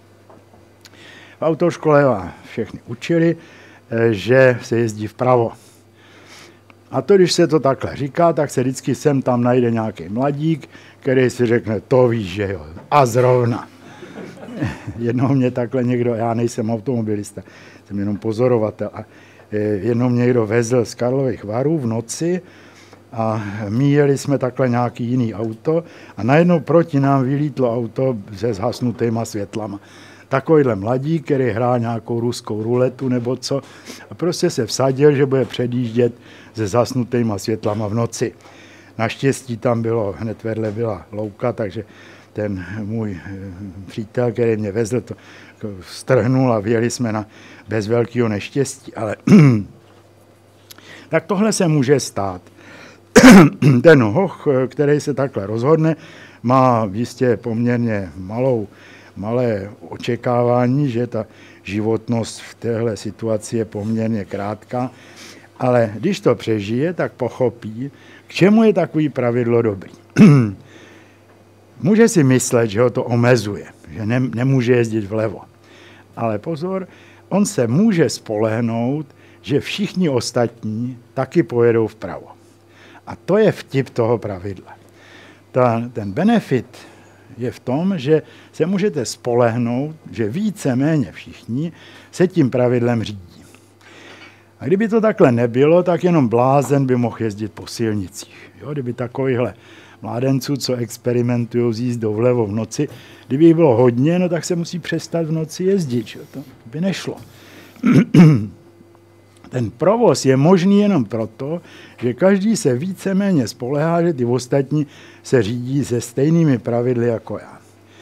V autoškole všechny učili, že se jezdí vpravo. A to, když se to takhle říká, tak se vždycky sem tam najde nějaký mladík, který si řekne, to víš, že jo, a zrovna. Jednou mě takhle někdo, já nejsem automobilista, jsem jenom pozorovatel, a jednou mě někdo vezl z Karlových Varů v noci a míjeli jsme takhle nějaký jiný auto a najednou proti nám vylítlo auto se zhasnutýma světlama. Takovýhle mladík, který hrál nějakou ruskou ruletu nebo co a prostě se vsadil, že bude předjíždět se zhasnutýma světlama v noci. Naštěstí tam hned vedle byla louka, takže ten můj přítel, který mě vezl, to strhnul a vyjeli jsme bez velkého neštěstí. Ale tak tohle se může stát. Ten hoch, který se takhle rozhodne, má jistě poměrně malé očekávání, že ta životnost v téhle situaci je poměrně krátká, ale když to přežije, tak pochopí, k čemu je takový pravidlo dobrý. Může si myslet, že ho to omezuje, že nemůže jezdit vlevo. Ale pozor, on se může spolehnout, že všichni ostatní taky pojedou vpravo. A to je vtip toho pravidla. Ten benefit je v tom, že se můžete spolehnout, že víceméně všichni se tím pravidlem řídí. A kdyby to takhle nebylo, tak jenom blázen by mohl jezdit po silnicích. Jo, kdyby takovýhle mládenců, co experimentují s jízdou vlevo v noci, kdyby jich bylo hodně, no tak se musí přestat v noci jezdit. Že? To by nešlo. Ten provoz je možný jenom proto, že každý se víceméně spolehá, že ty ostatní se řídí se stejnými pravidly jako já.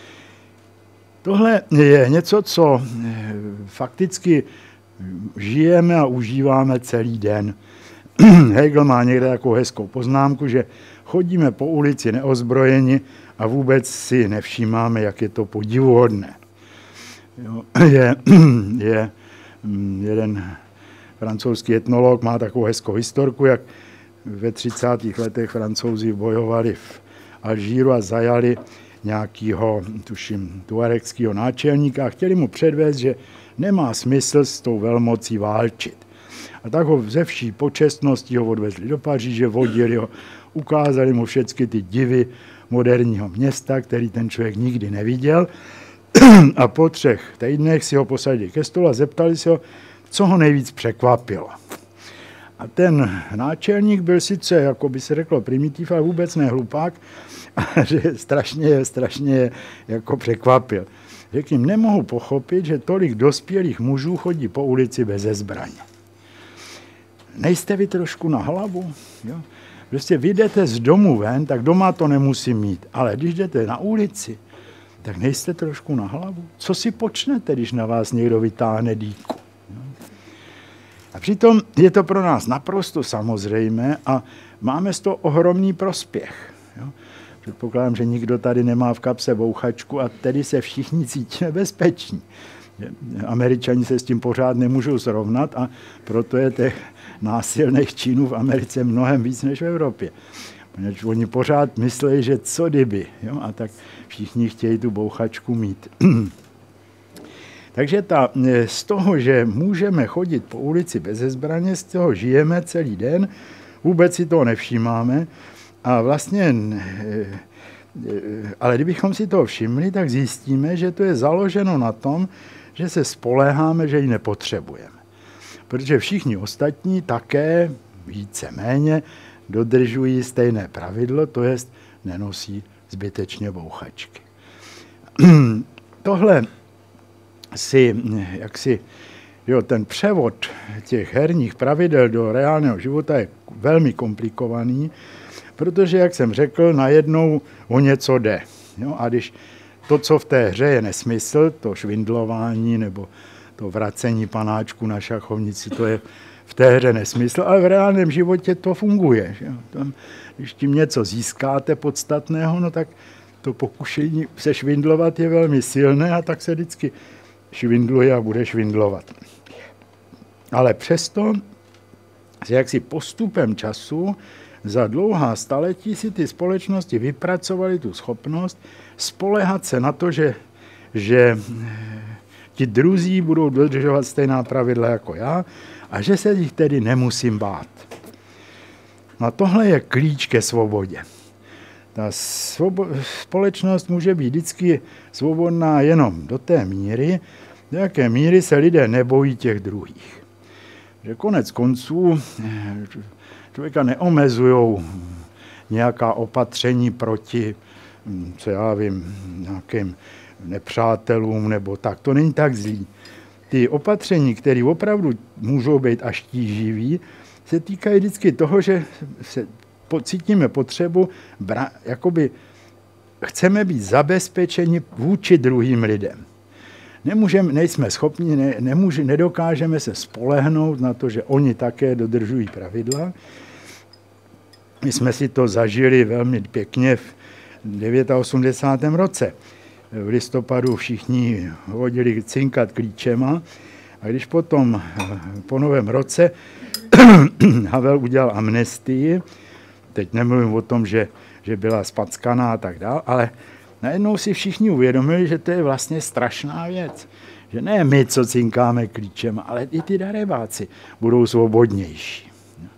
Tohle je něco, co fakticky žijeme a užíváme celý den. Hegel má někde takovou hezkou poznámku, že chodíme po ulici neozbrojeni a vůbec si nevšímáme, jak je to podivuhodné. Je jeden francouzský etnolog, má takovou hezkou historku, jak ve 30. letech Francouzi bojovali v Alžíru a zajali nějakého, tuším, tuaregského náčelníka a chtěli mu předvést, že nemá smysl s tou velmocí válčit. A tak ho ze vší počestností ho odvezli do Paříže, vodili ho, ukázali mu všechny ty divy moderního města, který ten člověk nikdy neviděl. A po 3 týdnech si ho posadili ke stolu a zeptali se ho, co ho nejvíc překvapilo. A ten náčelník byl sice, jako by se řeklo, primitiv, ale vůbec ne hlupák, a že strašně jako překvapil. Řekl jim, nemohu pochopit, že tolik dospělých mužů chodí po ulici beze zbraně. Nejste vy trošku na hlavu? Jo? Prostě vy jdete z domu ven, tak doma to nemusí mít, ale když jdete na ulici, tak nejste trošku na hlavu? Co si počnete, když na vás někdo vytáhne dýku? A přitom je to pro nás naprosto samozřejmé a máme z toho ohromný prospěch. Jo? Předpokládám, že nikdo tady nemá v kapse bouchačku a tedy se všichni cítíme bezpeční. Američani se s tím pořád nemůžou srovnat a proto je těch násilných činů v Americe mnohem víc než v Evropě. Protože oni pořád myslí, že co kdyby. Jo? A tak všichni chtějí tu bouchačku mít. Takže z toho, že můžeme chodit po ulici bez zbraně, z toho žijeme celý den, vůbec si toho nevšímáme. A vlastně, ale kdybychom si toho všimli, tak zjistíme, že to je založeno na tom, že se spoléháme, že ji nepotřebujeme. Protože všichni ostatní také víceméně dodržují stejné pravidlo, to jest nenosí zbytečně bouchačky. Tohle ten převod těch herních pravidel do reálného života je velmi komplikovaný, protože, jak jsem řekl, najednou o něco jde. Jo? A když to, co v té hře je nesmysl, to švindlování nebo to vracení panáčku na šachovnici, to je v té hře nesmysl, ale v reálném životě to funguje. Že? Tam, když tím něco získáte podstatného, no tak to pokušení se švindlovat je velmi silné a tak se vždycky švindluje a bude švindlovat. Ale přesto se jaksi postupem času za dlouhá staletí si ty společnosti vypracovaly tu schopnost spoléhat se na to, že ti druzí budou dodržovat stejná pravidla jako já a že se jich tedy nemusím bát. A tohle je klíč ke svobodě. Ta společnost může být vždycky svobodná jenom do té míry, do jaké míry se lidé nebojí těch druhých. Že konec konců člověka neomezují nějaká opatření proti, co já vím, nějakým nepřátelům nebo tak. To není tak zlý. Ty opatření, které opravdu můžou být až tíživý, se týkají vždycky toho, že se cítíme potřebu, jakoby chceme být zabezpečeni vůči druhým lidem. Nejsme schopni, nedokážeme se spolehnout na to, že oni také dodržují pravidla. My jsme si to zažili velmi pěkně v 89. roce. V listopadu všichni hodili cinkat klíčema a když potom po novém roce Havel udělal amnestii, teď nemluvím o tom, že byla spackaná a tak dále, ale najednou si všichni uvědomili, že to je vlastně strašná věc. Že ne my, co cinkáme klíčem, ale i ty darebáci budou svobodnější.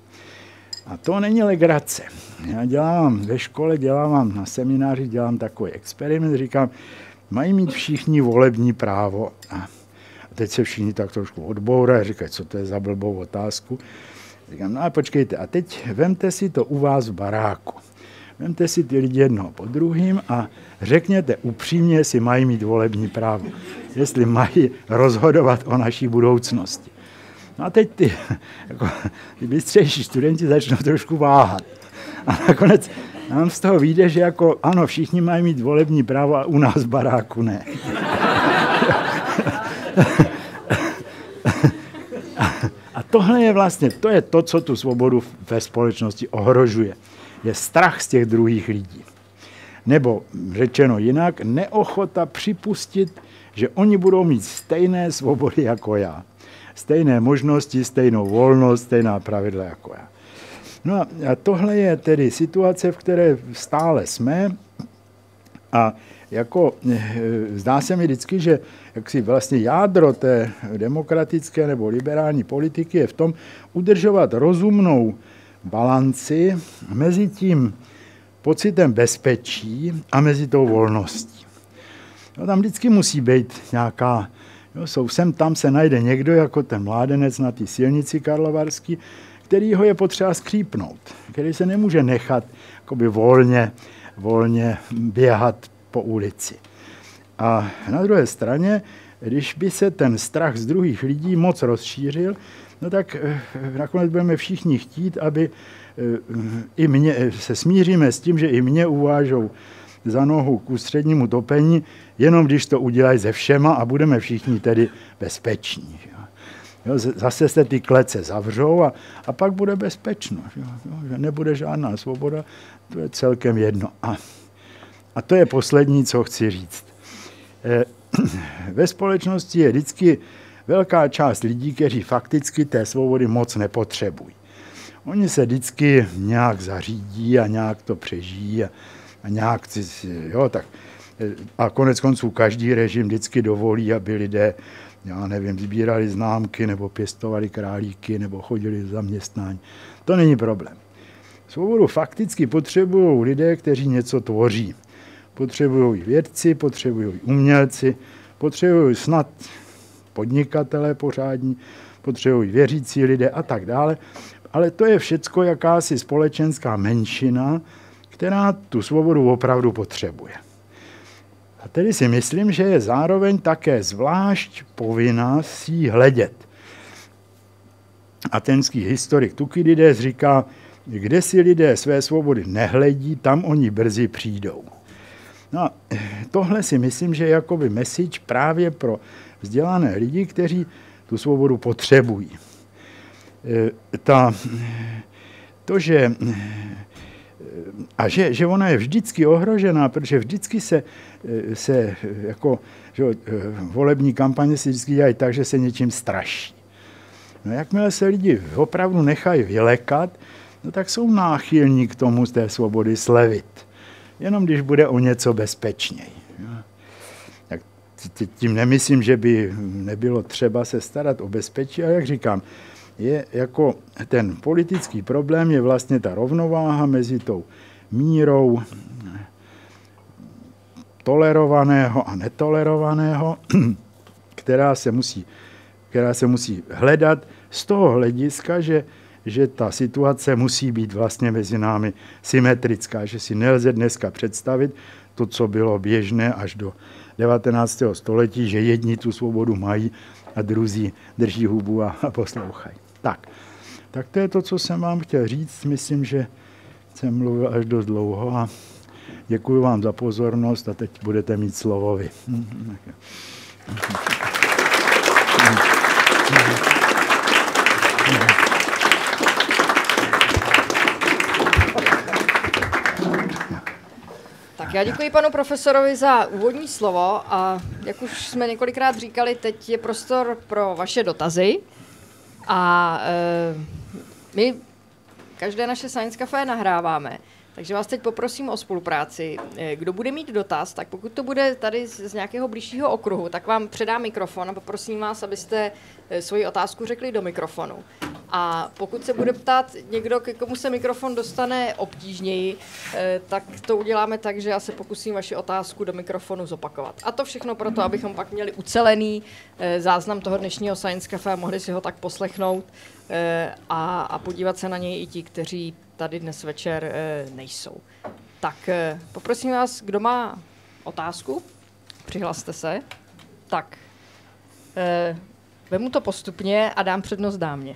A to není legrace. Já dělám ve škole, dělám na semináři, dělám takový experiment, říkám, mají mít všichni volební právo. A teď se všichni tak trošku odbourají, říkají, co to je za blbou otázku. Říkám, no a počkejte, a teď vemte si to u vás v baráku. Vemte si ty lidi jednoho po druhým a řekněte upřímně, jestli mají mít volební právo. Jestli mají rozhodovat o naší budoucnosti. No a teď ty bystřejší studenti začnou trošku váhat. A nakonec nám z toho vyjde, že jako ano, všichni mají mít volební právo a u nás v baráku ne. A tohle je vlastně, to je to, co tu svobodu ve společnosti ohrožuje. Je strach z těch druhých lidí. Nebo řečeno jinak, neochota připustit, že oni budou mít stejné svobody jako já. stejné možnosti, stejnou volnost, stejná pravidla jako já. No a tohle je tedy situace, v které stále jsme a jako zdá se mi vždycky, že jaksi vlastně jádro té demokratické nebo liberální politiky je v tom udržovat rozumnou balanci mezi tím pocitem bezpečí a mezi tou volností. No, tam vždycky musí být nějaká, sem tam se najde někdo, jako ten mládenec na té silnici karlovarský, který ho je potřeba skřípnout, který se nemůže nechat jakoby volně běhat po ulici. A na druhé straně, když by se ten strach z druhých lidí moc rozšířil, no tak nakonec budeme všichni chtít, aby i mě, se smíříme s tím, že i mě uvážou za nohu k ústřednímu topení, jenom když to udělají se všema a budeme všichni tedy bezpeční. Jo, zase se ty klece zavřou a pak bude bezpečno. Že nebude žádná svoboda, to je celkem jedno. A to je poslední, co chci říct. Ve společnosti je vždycky velká část lidí, kteří fakticky té svobody moc nepotřebují. Oni se vždycky nějak zařídí a nějak to přežijí a nějak, jo, tak. A konec konců každý režim vždycky dovolí, aby lidé, já nevím, sbírali známky nebo pěstovali králíky nebo chodili do zaměstnání. To není problém. Svobodu fakticky potřebují lidé, kteří něco tvoří. Potřebují vědci, potřebují umělci, potřebují snad podnikatelé pořádní, potřebují věřící lidé a tak dále. Ale to je všecko jakási společenská menšina, která tu svobodu opravdu potřebuje. A tedy si myslím, že je zároveň také zvlášť povinná si ji hledět. Aténský historik Tukydides říká, kde si lidé své svobody nehledí, tam oni brzy přijdou. No a tohle si myslím, že je jakoby message právě pro vzdělané lidi, kteří tu svobodu potřebují. Že ona je vždycky ohrožená, protože vždycky se jako, že volební kampaně si vždycky dělají tak, že se něčím straší. No jakmile se lidi opravdu nechají vylekat, no tak jsou náchylní k tomu z té svobody slevit. Jenom když bude o něco bezpečněji. Tak tím nemyslím, že by nebylo třeba se starat o bezpečí, ale jak říkám, je jako ten politický problém je vlastně ta rovnováha mezi tou mírou tolerovaného a netolerovaného, která se musí hledat z toho hlediska, že ta situace musí být vlastně mezi námi symetrická, že si nelze dneska představit to, co bylo běžné až do 19. století, že jedni tu svobodu mají a druzí drží hubu a poslouchají. Tak to je to, co jsem vám chtěl říct. Myslím, že jsem mluvil až dost dlouho a děkuji vám za pozornost a teď budete mít slovo vy. Tak já děkuji panu profesorovi za úvodní slovo a jak už jsme několikrát říkali, teď je prostor pro vaše dotazy a my každé naše Science Café nahráváme, takže vás teď poprosím o spolupráci. Kdo bude mít dotaz, tak pokud to bude tady z nějakého blížšího okruhu, tak vám předám mikrofon a poprosím vás, abyste svoji otázku řekli do mikrofonu. A pokud se bude ptát někdo, k komu se mikrofon dostane obtížněji, tak to uděláme tak, že já se pokusím vaši otázku do mikrofonu zopakovat. A to všechno proto, abychom pak měli ucelený záznam toho dnešního Science Café a mohli si ho tak poslechnout a podívat se na něj i ti, kteří tady dnes večer nejsou. Tak poprosím vás, kdo má otázku, přihlaste se. Tak, vemu to postupně a dám přednost dámě.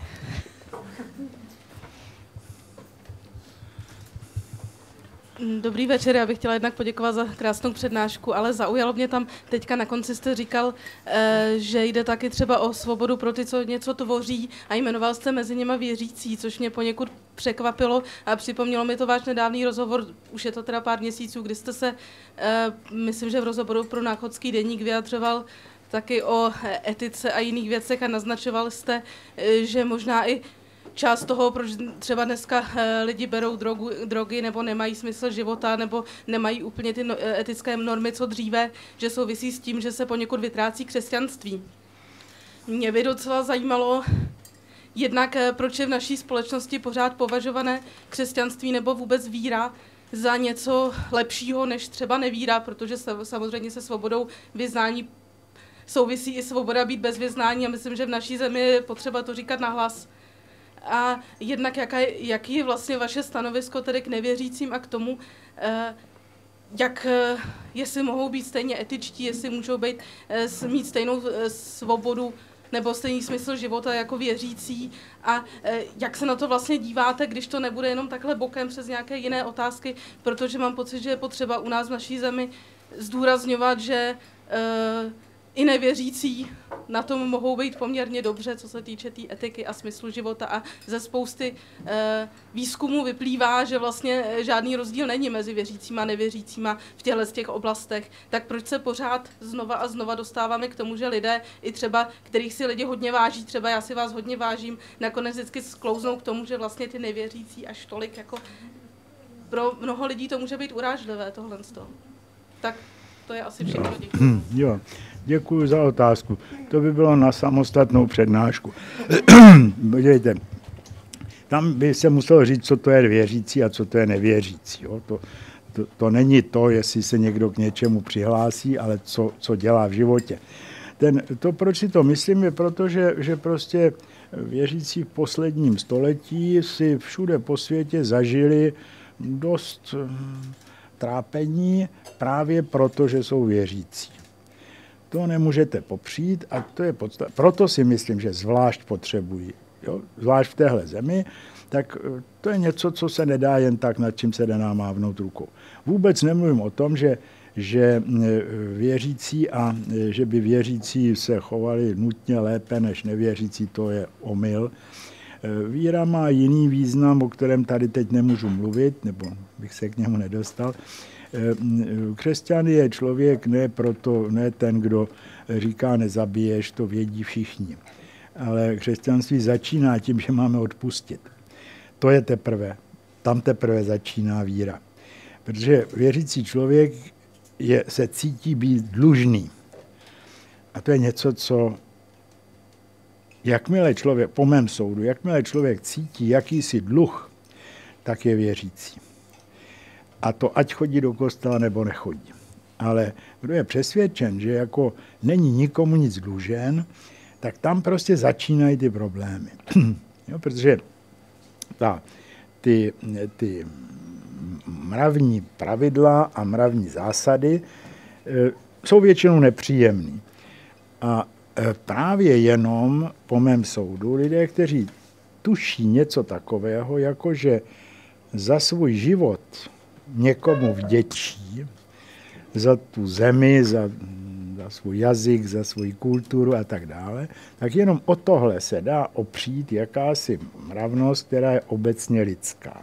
Dobrý večer, já bych chtěla jednak poděkovat za krásnou přednášku, ale zaujalo mě tam, teďka na konci jste říkal, že jde taky třeba o svobodu pro ty, co něco tvoří a jmenoval jste mezi něma věřící, což mě poněkud překvapilo a připomnělo mi to váš nedávný rozhovor, už je to teda pár měsíců, kdy jste se, myslím, že v rozhovoru pro Náchodský deník vyjadřoval taky o etice a jiných věcech a naznačoval jste, že možná i část toho, proč třeba dneska lidi berou drogy nebo nemají smysl života nebo nemají úplně ty etické normy, co dříve, že souvisí s tím, že se poněkud vytrácí křesťanství. Mě by docela zajímalo, jednak proč je v naší společnosti pořád považované křesťanství nebo vůbec víra za něco lepšího než třeba nevíra, protože samozřejmě se svobodou vyznání souvisí i svoboda být bez vyznání a myslím, že v naší zemi je potřeba to říkat nahlas. A jednak jaký je vlastně vaše stanovisko tedy k nevěřícím a k tomu, jestli mohou být stejně etičtí, jestli můžou mít stejnou svobodu nebo stejný smysl života jako věřící a jak se na to vlastně díváte, když to nebude jenom takhle bokem přes nějaké jiné otázky, protože mám pocit, že je potřeba u nás v naší zemi zdůrazňovat, že i nevěřící na tom mohou být poměrně dobře, co se týče té etiky a smyslu života a ze spousty výzkumů vyplývá, že vlastně žádný rozdíl není mezi věřícíma a nevěřícíma v těch oblastech. Tak proč se pořád znova a znova dostáváme k tomu, že lidé, i třeba, kterých si lidi hodně váží, třeba já si vás hodně vážím, nakonec vždycky sklouznou k tomu, že vlastně ty nevěřící až tolik, jako pro mnoho lidí to může být urážlivé tohle z toho. Tak to je asi všechno. Děkuji. Jo. Děkuji za otázku. To by bylo na samostatnou přednášku. Podívejte, tam by se muselo říct, co to je věřící a co to je nevěřící. Jo? To není to, jestli se někdo k něčemu přihlásí, ale co dělá v životě. Proč si to myslím, je proto, že prostě věřící v posledním století si všude po světě zažili dost trápení právě proto, že jsou věřící. To nemůžete popřít a to je podstatné. Proto si myslím, že zvlášť potřebují, jo? Zvlášť v téhle zemi, tak to je něco, co se nedá jen tak, nad čím se dá mávnout rukou. Vůbec nemluvím o tom, že věřící a že by věřící se chovali nutně lépe než nevěřící, to je omyl. Víra má jiný význam, o kterém tady teď nemůžu mluvit, nebo bych se k němu nedostal. Křesťan je člověk ne ten, kdo říká nezabiješ, to vědí všichni. Ale křesťanství začíná tím, že máme odpustit. To je tam teprve začíná víra. Protože věřící člověk se cítí být dlužný. A to je něco, co po mém soudu, jakmile člověk cítí jakýsi dluh, tak je věřící. A to ať chodí do kostela, nebo nechodí. Ale kdo je přesvědčen, že jako není nikomu nic dlužen, tak tam prostě začínají ty problémy. Jo, protože ty mravní pravidla a mravní zásady jsou většinou nepříjemný. A právě jenom, po mém soudu, lidé, kteří tuší něco takového, jako že za svůj život někomu vděčí, za tu zemi, za svůj jazyk, za svou kulturu a tak dále, tak jenom o tohle se dá opřít jakási mravnost, která je obecně lidská.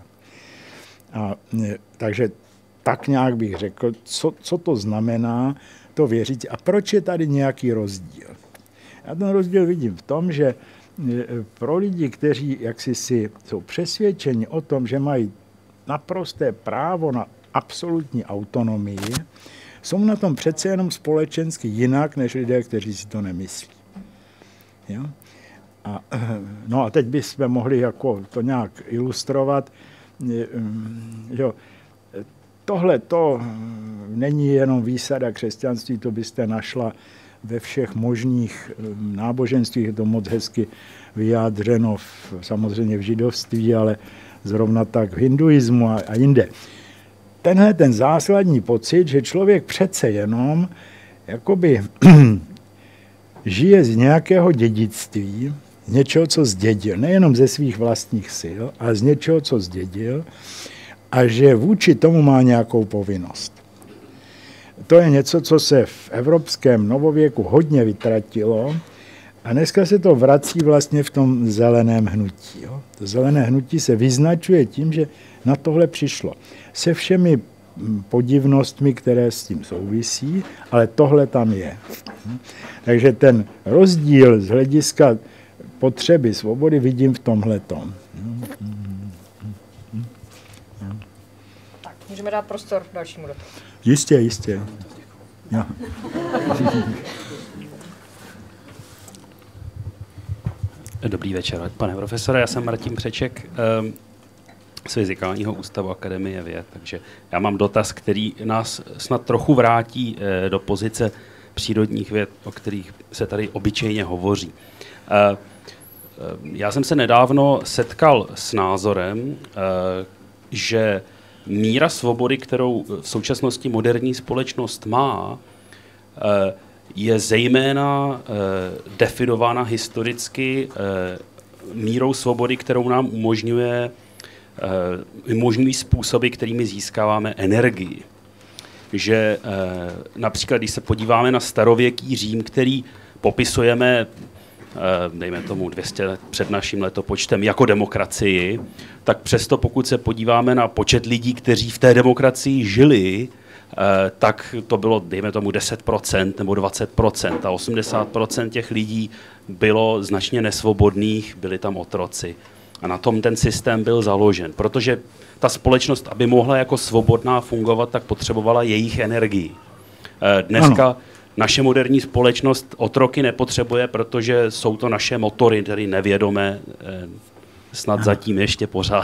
Takže tak nějak bych řekl, co to znamená to věřit a proč je tady nějaký rozdíl. Já ten rozdíl vidím v tom, že pro lidi, kteří jsou přesvědčeni o tom, že mají naprosté právo na absolutní autonomii, jsou na tom přece jenom společensky jinak, než lidé, kteří si to nemyslí. Jo? A teď bychom mohli jako to nějak ilustrovat. Jo, tohle to není jenom výsada křesťanství, to byste našla ve všech možných náboženstvích, je to moc hezky vyjádřeno samozřejmě v židovství, ale zrovna tak v hinduismu a jinde. Tenhle ten základní pocit, že člověk přece jenom jakoby žije z nějakého dědictví, z něčeho, co zdědil, nejenom ze svých vlastních sil, ale z něčeho, co zdědil, a že vůči tomu má nějakou povinnost. To je něco, co se v evropském novověku hodně vytratilo a dneska se to vrací vlastně v tom zeleném hnutí. Jo? To zelené hnutí se vyznačuje tím, že na tohle přišlo. Se všemi podivnostmi, které s tím souvisí, ale tohle tam je. Takže ten rozdíl z hlediska potřeby svobody vidím v tomhletom. Tak, můžeme dát prostor dalšímu dotazu. Jistě. Ja. Dobrý večer, pane profesore, já jsem Martin Křeček z Fyzikálního ústavu Akademie věd, takže já mám dotaz, který nás snad trochu vrátí do pozice přírodních věd, o kterých se tady obyčejně hovoří. Já jsem se nedávno setkal s názorem, že míra svobody, kterou v současnosti moderní společnost má, je zejména definována historicky mírou svobody, kterou nám umožňují způsoby, kterými získáváme energii. Že například, když se podíváme na starověký Řím, který popisujeme, dejme tomu 200 let před naším letopočtem, jako demokracii, tak přesto pokud se podíváme na počet lidí, kteří v té demokracii žili, tak to bylo, dejme tomu, 10% nebo 20%. A 80% těch lidí bylo značně nesvobodných, byli tam otroci. A na tom ten systém byl založen. Protože ta společnost, aby mohla jako svobodná fungovat, tak potřebovala jejich energii. Dneska naše moderní společnost otroky nepotřebuje, protože jsou to naše motory, tedy nevědomé, snad zatím ještě pořád,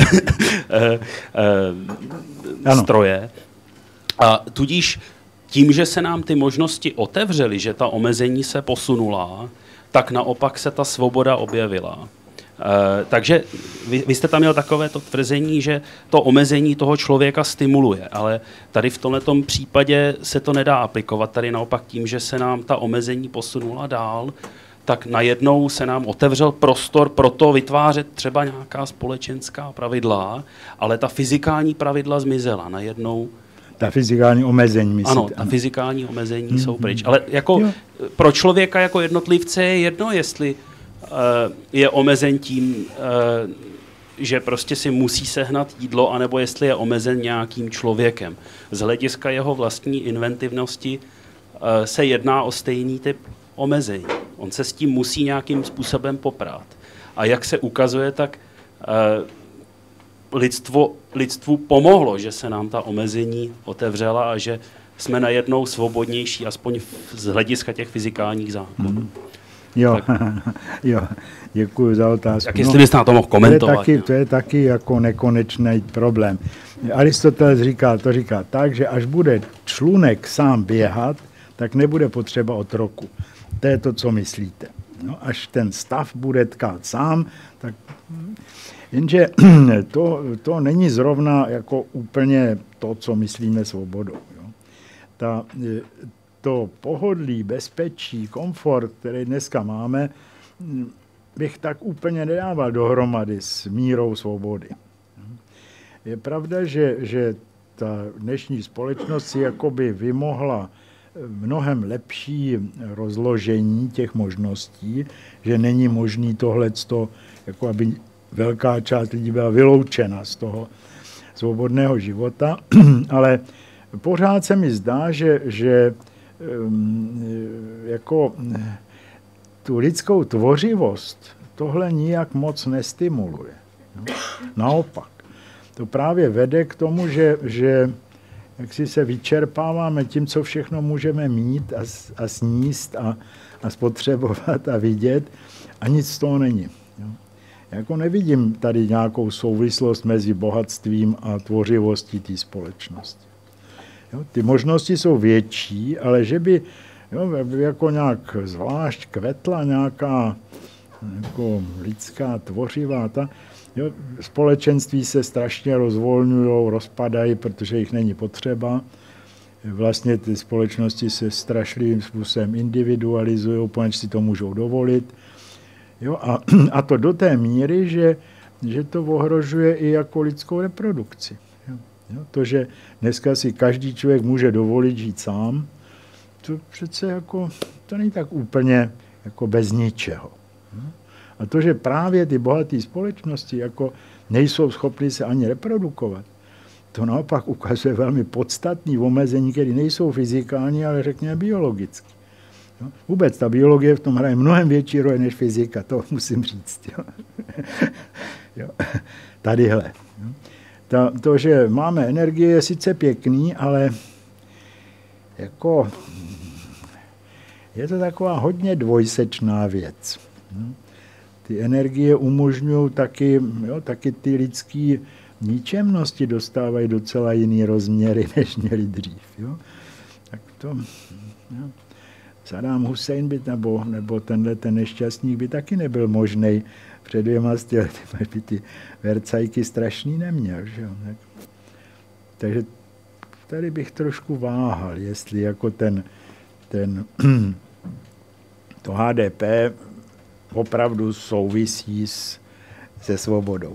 stroje. A tudíž tím, že se nám ty možnosti otevřely, že ta omezení se posunula, tak naopak se ta svoboda objevila. Takže vy jste tam měl takovéto tvrzení, že to omezení toho člověka stimuluje, ale tady v tomhletom případě se to nedá aplikovat. Tady naopak tím, že se nám ta omezení posunula dál, tak najednou se nám otevřel prostor pro to vytvářet třeba nějaká společenská pravidla, ale ta fyzikální pravidla zmizela najednou. Ta fyzikální omezení, myslíte? Ano, ta fyzikální omezení jsou pryč. Ale jako pro člověka jako jednotlivce je jedno, jestli je omezen tím, že prostě si musí sehnat jídlo, anebo jestli je omezen nějakým člověkem. Z hlediska jeho vlastní inventivnosti se jedná o stejný typ omezení. On se s tím musí nějakým způsobem poprát. A jak se ukazuje, tak lidstvu pomohlo, že se nám ta omezení otevřela a že jsme najednou svobodnější, aspoň z hlediska těch fyzikálních zákonů. Jo, děkuji za otázku. Tak jestli byste na to mohl komentovat. To je taky jako nekonečný problém. Aristoteles říká tak, že až bude člunek sám běhat, tak nebude potřeba otroku. To je to, co myslíte. No, až ten stav bude tkát sám, tak... Jenže to není zrovna jako úplně to, co myslíme svobodou. Jo. To pohodlí, bezpečí, komfort, který dneska máme, bych tak úplně nedával dohromady s mírou svobody. Je pravda, že ta dnešní společnost si jakoby vymohla mnohem lepší rozložení těch možností, že není možný tohleto, jako aby velká část lidí byla vyloučena z toho svobodného života, ale pořád se mi zdá, že jako tu lidskou tvořivost tohle nijak moc nestimuluje. Naopak. To právě vede k tomu, že jak si se vyčerpáváme tím, co všechno můžeme mít a sníst a spotřebovat a vidět a nic z toho není. Jako nevidím tady nějakou souvislost mezi bohatstvím a tvořivostí té společnosti. Jo, ty možnosti jsou větší, ale že by jako nějak zvlášť kvetla nějaká jako lidská tvořivá, společenství se strašně rozvolňují, rozpadají, protože jich není potřeba. Vlastně ty společnosti se strašlivým způsobem individualizují, poněvadž si to můžou dovolit. Jo, a to do té míry, že to ohrožuje i jako lidskou reprodukci. Jo, to, že dneska si každý člověk může dovolit žít sám, to přece jako, to není tak úplně jako bez ničeho. A to, že právě ty bohaté společnosti jako nejsou schopny se ani reprodukovat, to naopak ukazuje velmi podstatné omezení, které nejsou fyzikální, ale řekněme biologické. Jo? Vůbec ta biologie v tom hraje mnohem větší roli než fyzika, to musím říct. Jo? Jo? Tadyhle. Jo? To, že máme energie, je sice pěkný, ale jako je to taková hodně dvojsečná věc. Jo? Ty energie umožňují taky ty lidský ničemnosti dostávají docela jiný rozměry, než měli dřív. Jo? Tak to, jo. Saddam Hussein by, nebo tenhle ten nešťastník by taky nebyl možnej před 200 lety, by ty vercajky strašný neměl. Že? Takže tady bych trošku váhal, jestli jako to HDP opravdu souvisí se svobodou.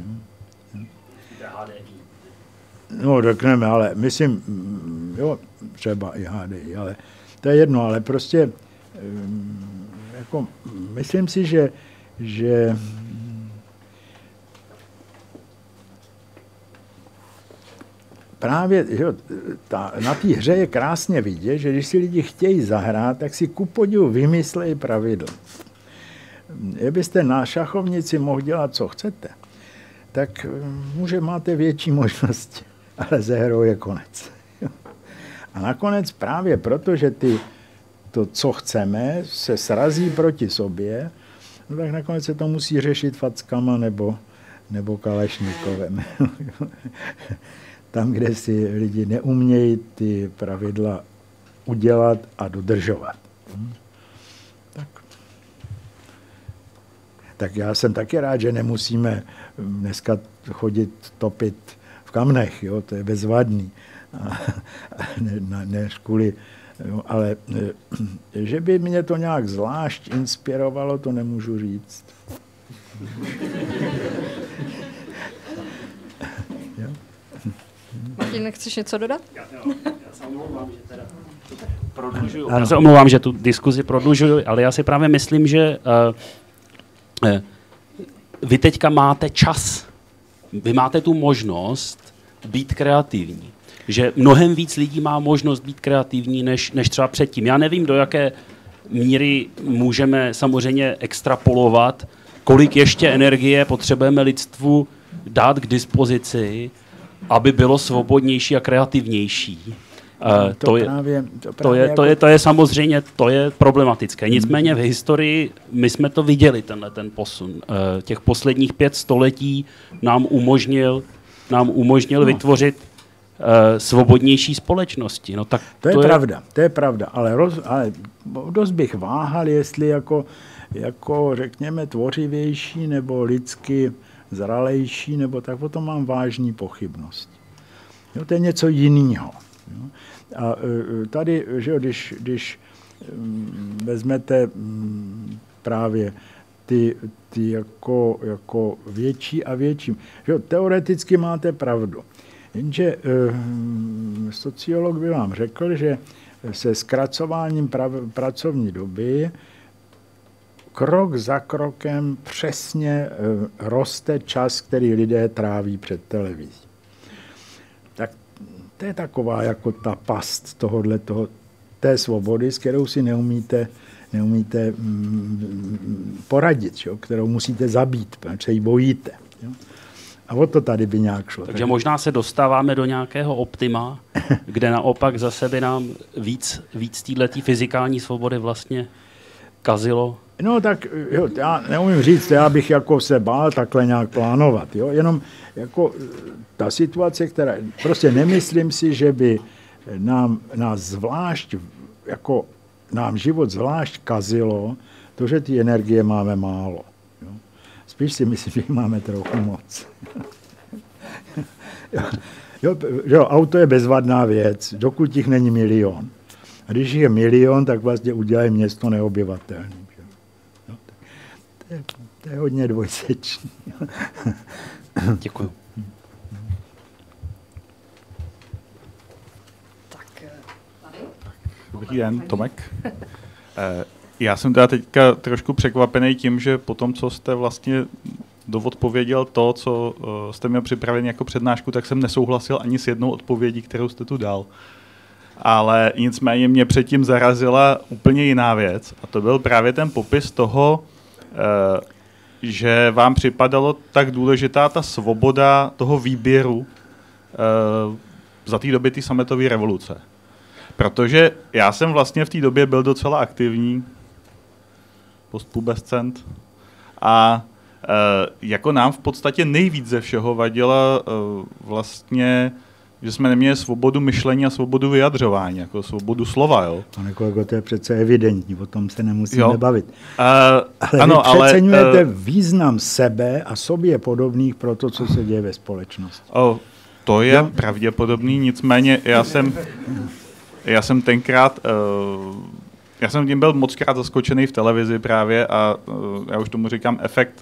No, řekneme, ale myslím, jo, třeba i HDI, ale to je jedno, ale prostě jako, myslím si, že právě jo, na té hře je krásně vidět, že když si lidi chtějí zahrát, tak si ku podivu vymyslejí pravidla. Kdybyste na šachovnici mohl dělat, co chcete, tak máte větší možnosti, ale ze hrou je konec. A nakonec právě proto, že to, co chceme, se srazí proti sobě, no tak nakonec se to musí řešit fackama nebo kalašníkovem. Tam, kde si lidi neumějí ty pravidla udělat a dodržovat. Tak já jsem taky rád, že nemusíme dneska chodit topit v kamnech, jo, to je bezvadný. Ne kvůli, jo, ale že by mě to nějak zvlášť inspirovalo, to nemůžu říct. Martin, nechceš něco dodat? Já se omlouvám, že tu diskuzi prodlužuju, ale já si právě myslím, že vy teďka máte čas, vy máte tu možnost být kreativní. Že mnohem víc lidí má možnost být kreativní, než třeba předtím. Já nevím, do jaké míry můžeme samozřejmě extrapolovat, kolik ještě energie potřebujeme lidstvu dát k dispozici, aby bylo svobodnější a kreativnější. To je samozřejmě problematické. Nicméně v historii my jsme to viděli, ten posun. Těch posledních 5 století nám umožnil vytvořit svobodnější společnosti. No, tak to je pravda, ale dost bych váhal, jestli jako řekněme tvořivější nebo lidsky zralejší, nebo tak o tom mám vážný pochybnost. Jo, to je něco jiného. A tady, že jo, když vezmete právě ty jako větší a větší, že jo, teoreticky máte pravdu. Jenže sociolog by vám řekl, že se zkracováním pracovní doby krok za krokem přesně roste čas, který lidé tráví před televizí. Tak to je taková jako ta past té svobody, s kterou si neumíte poradit, jo? Kterou musíte zabít, protože se jí bojíte. Jo? A o to tady by nějak šlo. Takže možná se dostáváme do nějakého optima, kde naopak zase by nám víc téhletý fyzikální svobody vlastně kazilo. No tak jo, já neumím říct, já bych jako se bál takhle nějak plánovat. Jo? Jenom jako ta situace, která... Prostě nemyslím si, že by nás zvlášť, jako nám život zvlášť kazilo to, že ty energie máme málo. Jo? Spíš si myslím, že máme trochu moc. jo, auto je bezvadná věc, dokud jich není milion. A když jich je milion, tak vlastně udělají město neobyvatelným. To je hodně dvojsečný. Děkuju. Tak, tady. Dobrý den, Tomek. Já jsem teda teďka trošku překvapený tím, že po tom, co jste vlastně doodpověděl to, co jste měl připravený jako přednášku, tak jsem nesouhlasil ani s jednou odpovědí, kterou jste tu dal. Ale nicméně mě předtím zarazila úplně jiná věc a to byl právě ten popis toho, že vám připadalo tak důležitá ta svoboda toho výběru za té doby té sametové revoluce. Protože já jsem vlastně v té době byl docela aktivní, postpubescent, a jako nám v podstatě nejvíc ze všeho vadila vlastně, že jsme neměli svobodu myšlení a svobodu vyjadřování, jako svobodu slova. Jo? Pane kolego, to je přece evidentní, o tom se nemusíme bavit. Ale ano, vy přeceňujete význam sebe a sobě podobných pro to, co se děje ve společnosti. To je pravděpodobný, nicméně já jsem tenkrát, já jsem tím byl mockrát zaskočený v televizi právě a já už tomu říkám efekt,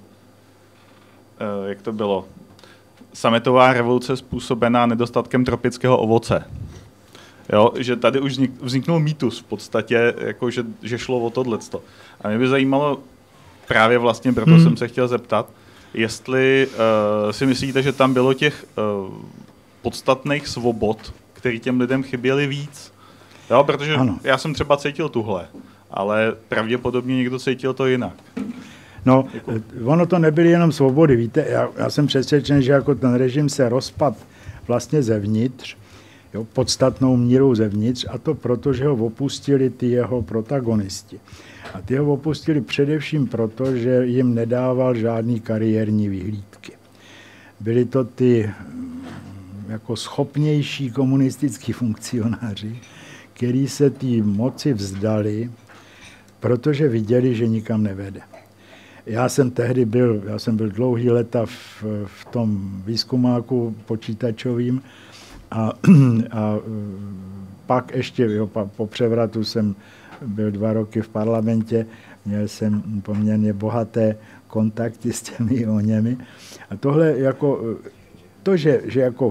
jak to bylo, sametová revoluce způsobená nedostatkem tropického ovoce. Jo, že tady už vzniknul mýtus v podstatě, jako že šlo o tohleto. A mě by zajímalo právě vlastně, proto jsem se chtěl zeptat, jestli si myslíte, že tam bylo těch podstatných svobod, které těm lidem chyběly víc. Jo, protože já jsem třeba cítil tuhle, ale pravděpodobně někdo cítil to jinak. No, ono to nebyly jenom svobody, víte, já jsem přesvědčen, že jako ten režim se rozpad vlastně zevnitř, jo, podstatnou mírou zevnitř, a to proto, že ho opustili ty jeho protagonisti. A ty ho opustili především proto, že jim nedával žádný kariérní vyhlídky. Byli to ty jako schopnější komunistický funkcionáři, kteří se té moci vzdali, protože viděli, že nikam nevede. Já jsem byl dlouhý léta v tom výzkumáku počítačovým a pak ještě po převratu jsem byl 2 roky v parlamentě, měl jsem poměrně bohaté kontakty s těmi oněmi. A tohle jako, to, že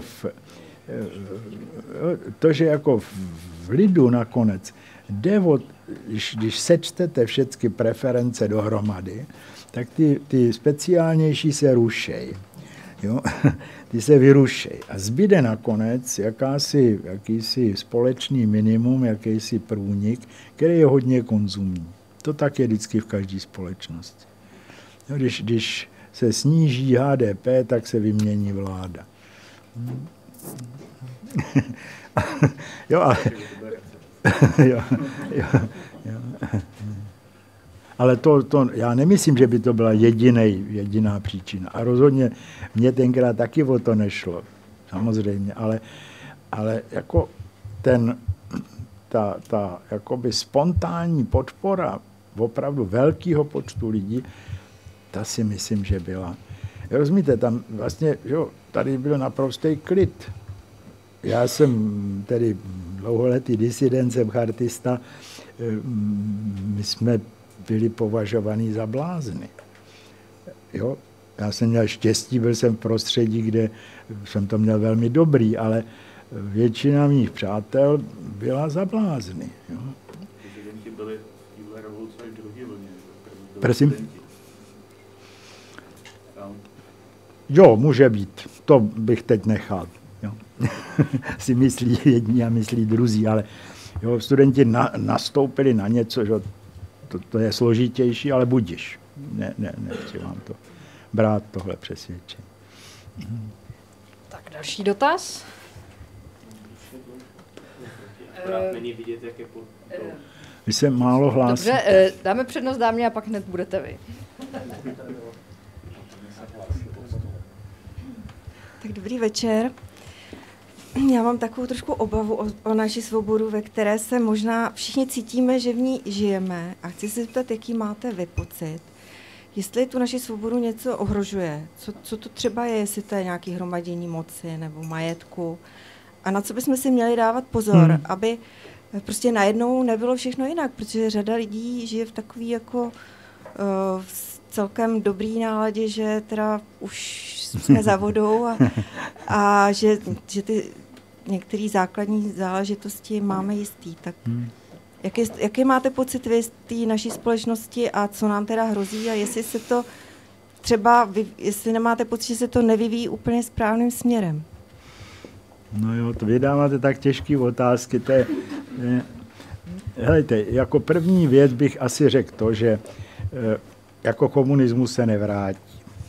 jako v lidu nakonec jde když sečtete všechny preference dohromady, tak ty speciálnější se rušejí. Jo? Ty se vyrušejí. A zbyde nakonec jakýsi společný minimum, jakýsi průnik, který je hodně konzumní. To tak je vždycky v každé společnosti. Jo, když se sníží HDP, tak se vymění vláda. Jo, ale... jo. Ale to já nemyslím, že by to byla jediná příčina. A rozhodně mě tenkrát taky o to nešlo. Samozřejmě, ale jako ta jakoby spontánní podpora opravdu velkého počtu lidí, ta si myslím, že byla. Rozumíte, tam vlastně, jo, tady byl naprostý klid. Já jsem tedy dlouholetý disident, jsem chartista, my jsme byli považovaní za blázny. Jo? Já jsem měl štěstí, byl jsem v prostředí, kde jsem to měl velmi dobrý, ale většina mých přátel byla za blázny. Jo? Prezidenti byli v téhle revoluce v druhé vlně. Prosím? Jo, může být. To bych teď nechal. Jo. Si myslí jedni a myslí druzí, ale jo, studenti nastoupili na něco, že to je složitější, ale budiš. Nechci vám to brát, tohle přesvědčení. Tak další dotaz. Není vidět, jak je Vy se málo hlásíte. Dobře, dáme přednost dámě a pak hned budete vy. Tak dobrý večer. Já mám takovou trošku obavu o naši svobodu, ve které se možná všichni cítíme, že v ní žijeme. A chci se zeptat, jaký máte vy pocit. Jestli tu naši svobodu něco ohrožuje, co to třeba je, jestli to je nějaké hromadění moci nebo majetku. A na co bychom si měli dávat pozor, aby prostě najednou nebylo všechno jinak, protože řada lidí žije v takový jako celkem dobrý náladě, že teda už jsme za vodou a že ty některé základní záležitosti máme jistý. Tak jaký máte pocit vy z té naší společnosti a co nám teda hrozí a jestli se to třeba, jestli nemáte pocit, že se to nevyvíjí úplně správným směrem? No jo, to vydáváte tak těžké otázky. Helejte, jako první věc bych asi řekl to, že jako komunismus se nevrátí.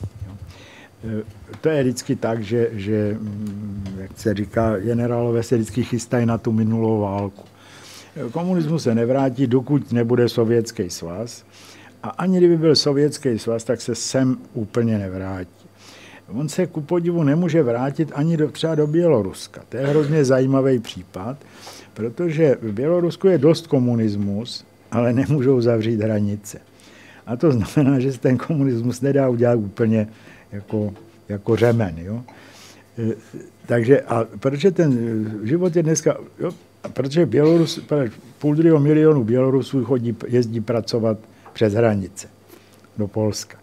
To je vždycky tak, že jak se říká, generálové se vždycky chystají na tu minulou válku. Komunismus se nevrátí, dokud nebude Sovětský svaz. A ani kdyby byl Sovětský svaz, tak se sem úplně nevrátí. On se ku podivu nemůže vrátit ani třeba do Běloruska. To je hrozně zajímavý případ, protože v Bělorusku je dost komunismus, ale nemůžou zavřít hranice. A to znamená, že se ten komunismus nedá udělat úplně jako řemen. Jo? Takže, a protože ten život je dneska, jo, protože 500 milionu Bělorusů jezdí pracovat přes hranice do Polska.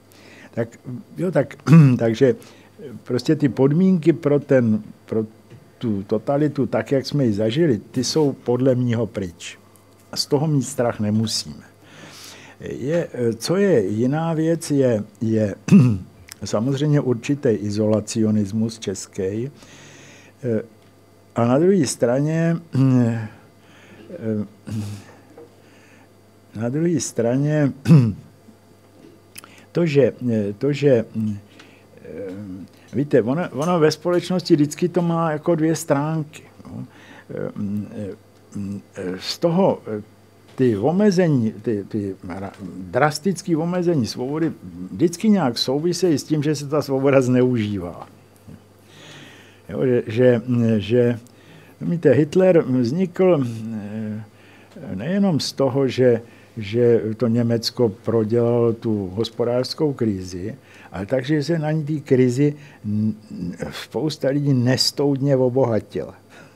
Takže prostě ty podmínky pro tu totalitu, tak jak jsme ji zažili, ty jsou podle mýho pryč. A z toho mít strach nemusíme. Co je jiná věc, je samozřejmě určitý izolacionismus český. A na druhé straně to, že víte, ono ve společnosti vždycky to má jako dvě stránky. Z toho ty omezení, ty drastické omezení svobody vždycky nějak souvisejí s tím, že se ta svoboda zneužívá. Jo, že víte, Hitler vznikl nejenom z toho, že to Německo prodělalo tu hospodářskou krizi, ale takže se na té krizi spousta lidí nestoudně obohatila.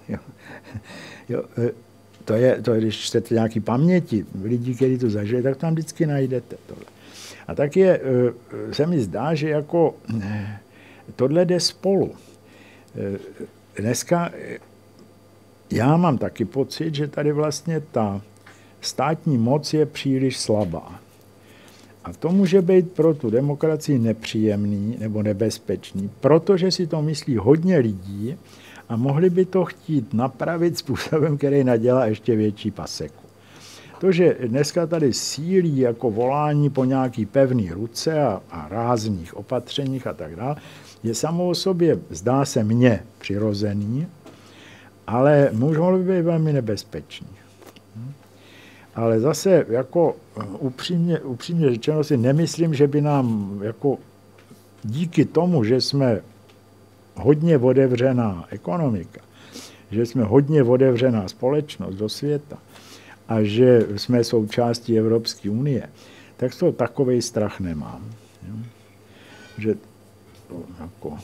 To je, když čtete nějaké paměti lidí, kteří to zažili, tak tam vždycky najdete tohle. A tak se mi zdá, že jako tohle jde spolu. Dneska já mám taky pocit, že tady vlastně ta státní moc je příliš slabá. A to může být pro tu demokracii nepříjemný nebo nebezpečný, protože si to myslí hodně lidí a mohli by to chtít napravit způsobem, který nadělá ještě větší paseku. To, že dneska tady sílí jako volání po nějaký pevný ruce a rázných opatřeních a tak dále, je samo o sobě, zdá se mně, přirozený, ale mohlo by být velmi nebezpečný. Ale zase jako upřímně řečeno si nemyslím, že by nám jako díky tomu, že jsme hodně otevřená ekonomika, že jsme hodně otevřená společnost do světa a že jsme součástí Evropské unie, tak to takovej strach nemám. Jo? Že jako,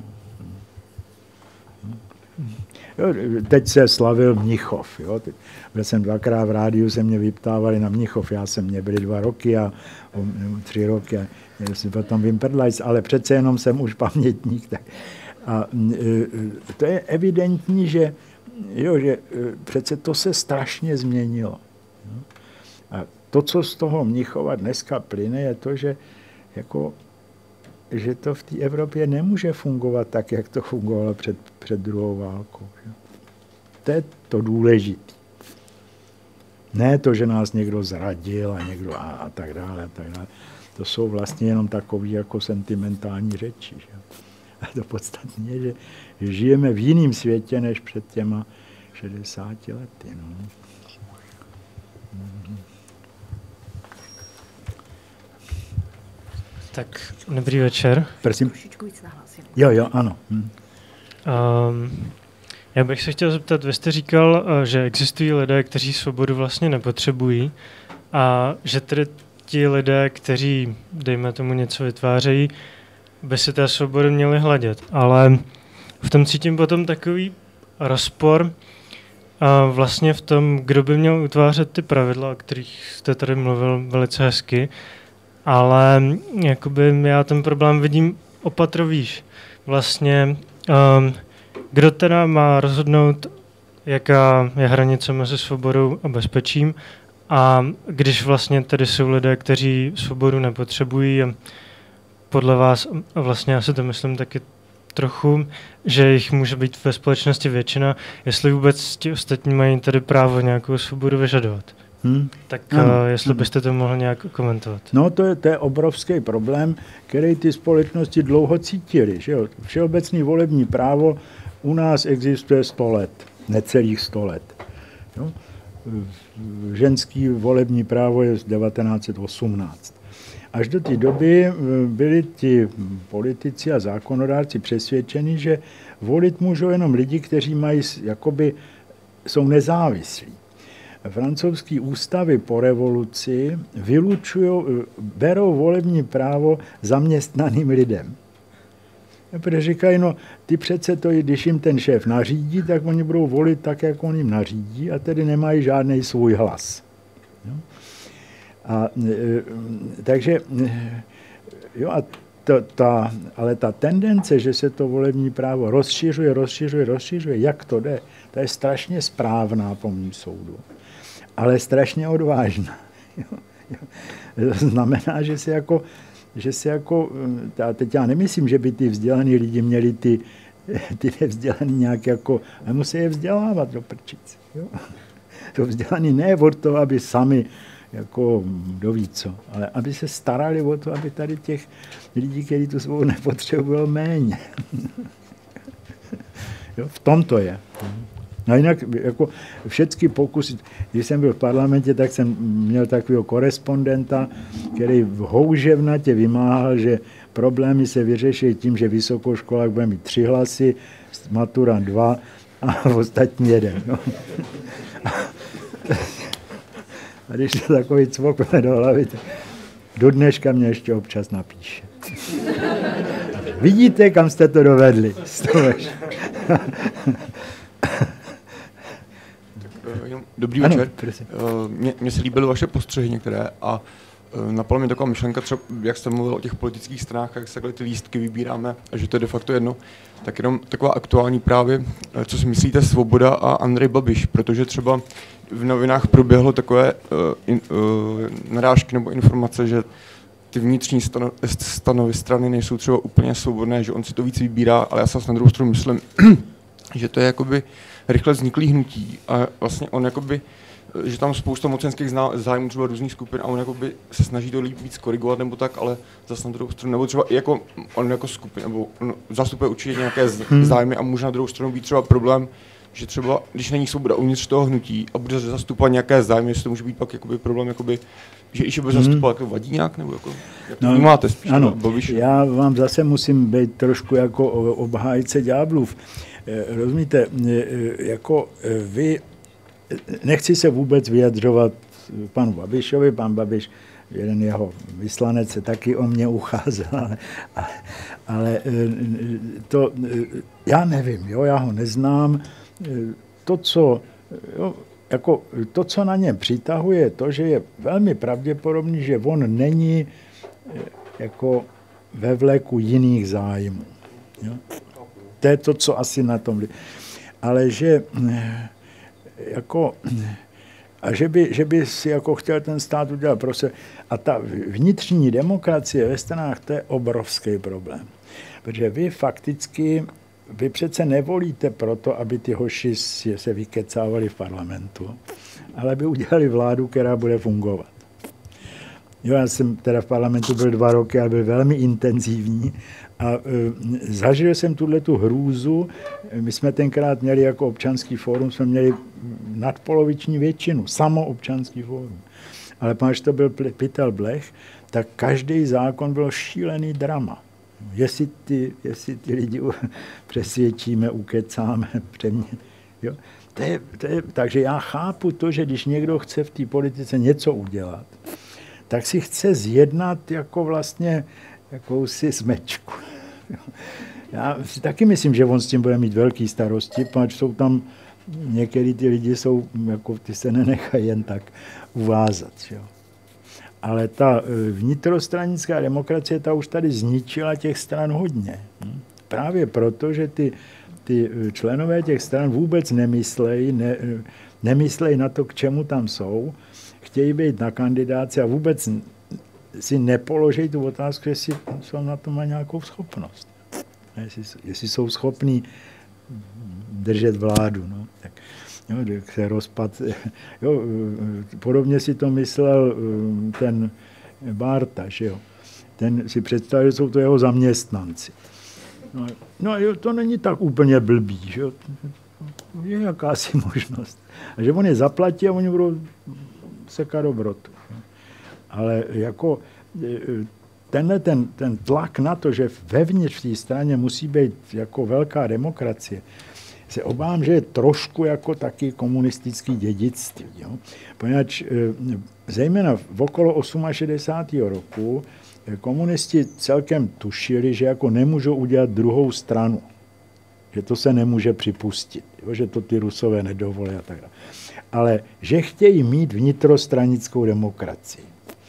jo, teď se slavil Mnichov. Jo? Byl jsem dvakrát v rádiu, se mě vyptávali na Mnichov. Mě byly 2 roky a 3 roky. A jsem potom vymprdlajc, ale přece jenom jsem už pamětník. Tak. A to je evidentní, že přece to se strašně změnilo. Jo? A to, co z toho Mnichova dneska plyne, je to, že to v té Evropě nemůže fungovat tak, jak to fungovalo před druhou válkou. Že? To je to důležité. Ne to, že nás někdo zradil a někdo a tak dále, a tak dále. To jsou vlastně jenom takové jako sentimentální řeči. Že? A to podstatně je, že žijeme v jiném světě, než před těma 60 lety. No. Tak, dobrý večer. Prosím. Jo, ano. Já bych se chtěl zeptat, vy jste říkal, že existují lidé, kteří svobodu vlastně nepotřebují a že tedy ti lidé, kteří, dejme tomu, něco vytvářejí, by si té svobodu měli hledět. Ale v tom cítím potom takový rozpor vlastně v tom, kdo by měl utvářet ty pravidla, o kterých jste tady mluvil velice hezky, ale jakoby já ten problém vidím opatrovýš. Vlastně kdo teda má rozhodnout, jaká je hranice mezi svobodou a bezpečím, a když vlastně tady jsou lidé, kteří svobodu nepotřebují, a podle vás, vlastně já si to myslím taky trochu, že jich může být ve společnosti většina, jestli vůbec ti ostatní mají tady právo nějakou svobodu vyžadovat. Tak jestli byste to mohl nějak komentovat. No to je obrovský problém, který ty společnosti dlouho cítily. Že jo? Všeobecný volební právo u nás existuje 100 let, necelých 100 let. Jo? Ženský volební právo je z 1918. Až do té doby byli ti politici a zákonodárci přesvědčeni, že volit můžou jenom lidi, kteří mají, jakoby, jsou nezávislí. Francouzské ústavy po revoluci berou volební právo zaměstnaným lidem. Protože říkají, no ty přece to, když jim ten šéf nařídí, tak oni budou volit tak, jak on jim nařídí a tedy nemají žádný svůj hlas. No. Takže, jo, ale ta tendence, že se to volební právo rozšiřuje, jak to jde, to je strašně správná po mým soudu, ale strašně odvážná. Jo. To znamená, že se jako, teď já nemyslím, že by ty vzdělaný lidi měli ty nevzdělaný nějak jako, a musí je vzdělávat do prčic. Jo. To vzdělaný ne od toho, aby sami jako kdo ví co, ale aby se starali o to, aby tady těch lidí, kteří tu svou nepotřebují, bylo méně. Jo, v tom to je. No jinak jako všechny pokusy, když jsem byl v parlamentě, tak jsem měl takového korespondenta, který houževnatě vymáhal, že problémy se vyřeší tím, že vysokoškolák bude mít 3 hlasy, maturant 2 a ostatní 1. No. A když to takový cvok do hlavy, do dneška mě ještě občas napíše. Vidíte, kam jste to dovedli? Dobrý večer. Mně se líbily vaše postřehy některé a napadla mě taková myšlenka, třeba jak jste mluvil o těch politických stranách, jak se takhle ty lístky vybíráme a že to je de facto jedno, tak jenom taková aktuální právě, co si myslíte Svoboda a Andrej Babiš, protože třeba v novinách proběhlo takové narážky nebo informace, že ty vnitřní stanovy strany nejsou třeba úplně svobodné, že on si to víc vybírá, ale já se na druhou stranu myslím, že to je jakoby rychle vzniklý hnutí a vlastně on jakoby, že tam spousta mocenských zájmů třeba různých skupin a on jakoby se snaží to líp víc korigovat nebo tak, ale zase na druhou stranu, nebo třeba jako on jako skupin, nebo on zastupuje určitě nějaké zájmy a může na druhou stranu být třeba problém, že třeba, když není svoboda uvnitř toho hnutí a bude zastupovat nějaké zájmy, jestli to může být pak jakoby problém, jakoby, že i bude zastupovat, jako vadí nějak, nebo jako, jak to máte spíš? Ano, já vám zase musím být trošku jako obhájce ďáblův. Rozumíte, jako vy, nechci se vůbec vyjadřovat panu Babišovi, pan Babiš, jeden jeho vyslanec se taky o mě ucházel, ale to, já nevím, jo, já ho neznám, to, co na něm přitahuje, to, že je velmi pravděpodobný, že on není jako ve vleku jiných zájmů. Jo? To je to, co asi na tom... Ale že jako... A že by si jako chtěl ten stát udělat pro se. A ta vnitřní demokracie ve stranách, to je obrovský problém. Protože vy přece nevolíte proto, aby ty hoši se vykecávali v parlamentu, ale aby udělali vládu, která bude fungovat. Jo, já jsem teda v parlamentu byl 2 roky a byl velmi intenzivní a zažil jsem tu hrůzu. My jsme tenkrát měli jako občanský fórum, jsme měli nadpoloviční většinu, samo občanský fórum. Ale když to byl pytel blech, tak každý zákon byl šílený drama. Jestli ty lidi přesvědčíme, ukecáme, jo. Takže já chápu to, že když někdo chce v té politice něco udělat, tak si chce zjednat jako vlastně jakousi smečku. Já si taky myslím, že on s tím bude mít velký starosti, protože jsou tam některý ty lidi jako ty se nenechají jen tak uvázat. Jo. Ale ta vnitrostranická demokracie, ta už tady zničila těch stran hodně. Právě proto, že ty členové těch stran vůbec nemyslejí na to, k čemu tam jsou, chtějí být na kandidáci a vůbec si nepoloží tu otázku, jestli jsou na to má nějakou schopnost. jestli jsou schopní držet vládu. No. Tak, jo, se rozpad. Jo, podobně si to myslel ten Bárta, že jo. Ten si představil, že jsou to jeho zaměstnanci. No jo, to není tak úplně blbý, že jo. Je jakási možnost. A že on je zaplatí a oni budou sekat dobrotu. Ale jako ten tlak na to, že vevnitř v té straně musí být jako velká demokracie, se obávám, že je trošku jako taky komunistický dědictví. Jo? Poněvadž zejména v okolo 68. roku komunisti celkem tušili, že jako nemůžou udělat druhou stranu. Že to se nemůže připustit. Jo? Že to ty Rusové nedovolí a tak dále. Ale že chtějí mít vnitrostranickou demokracii.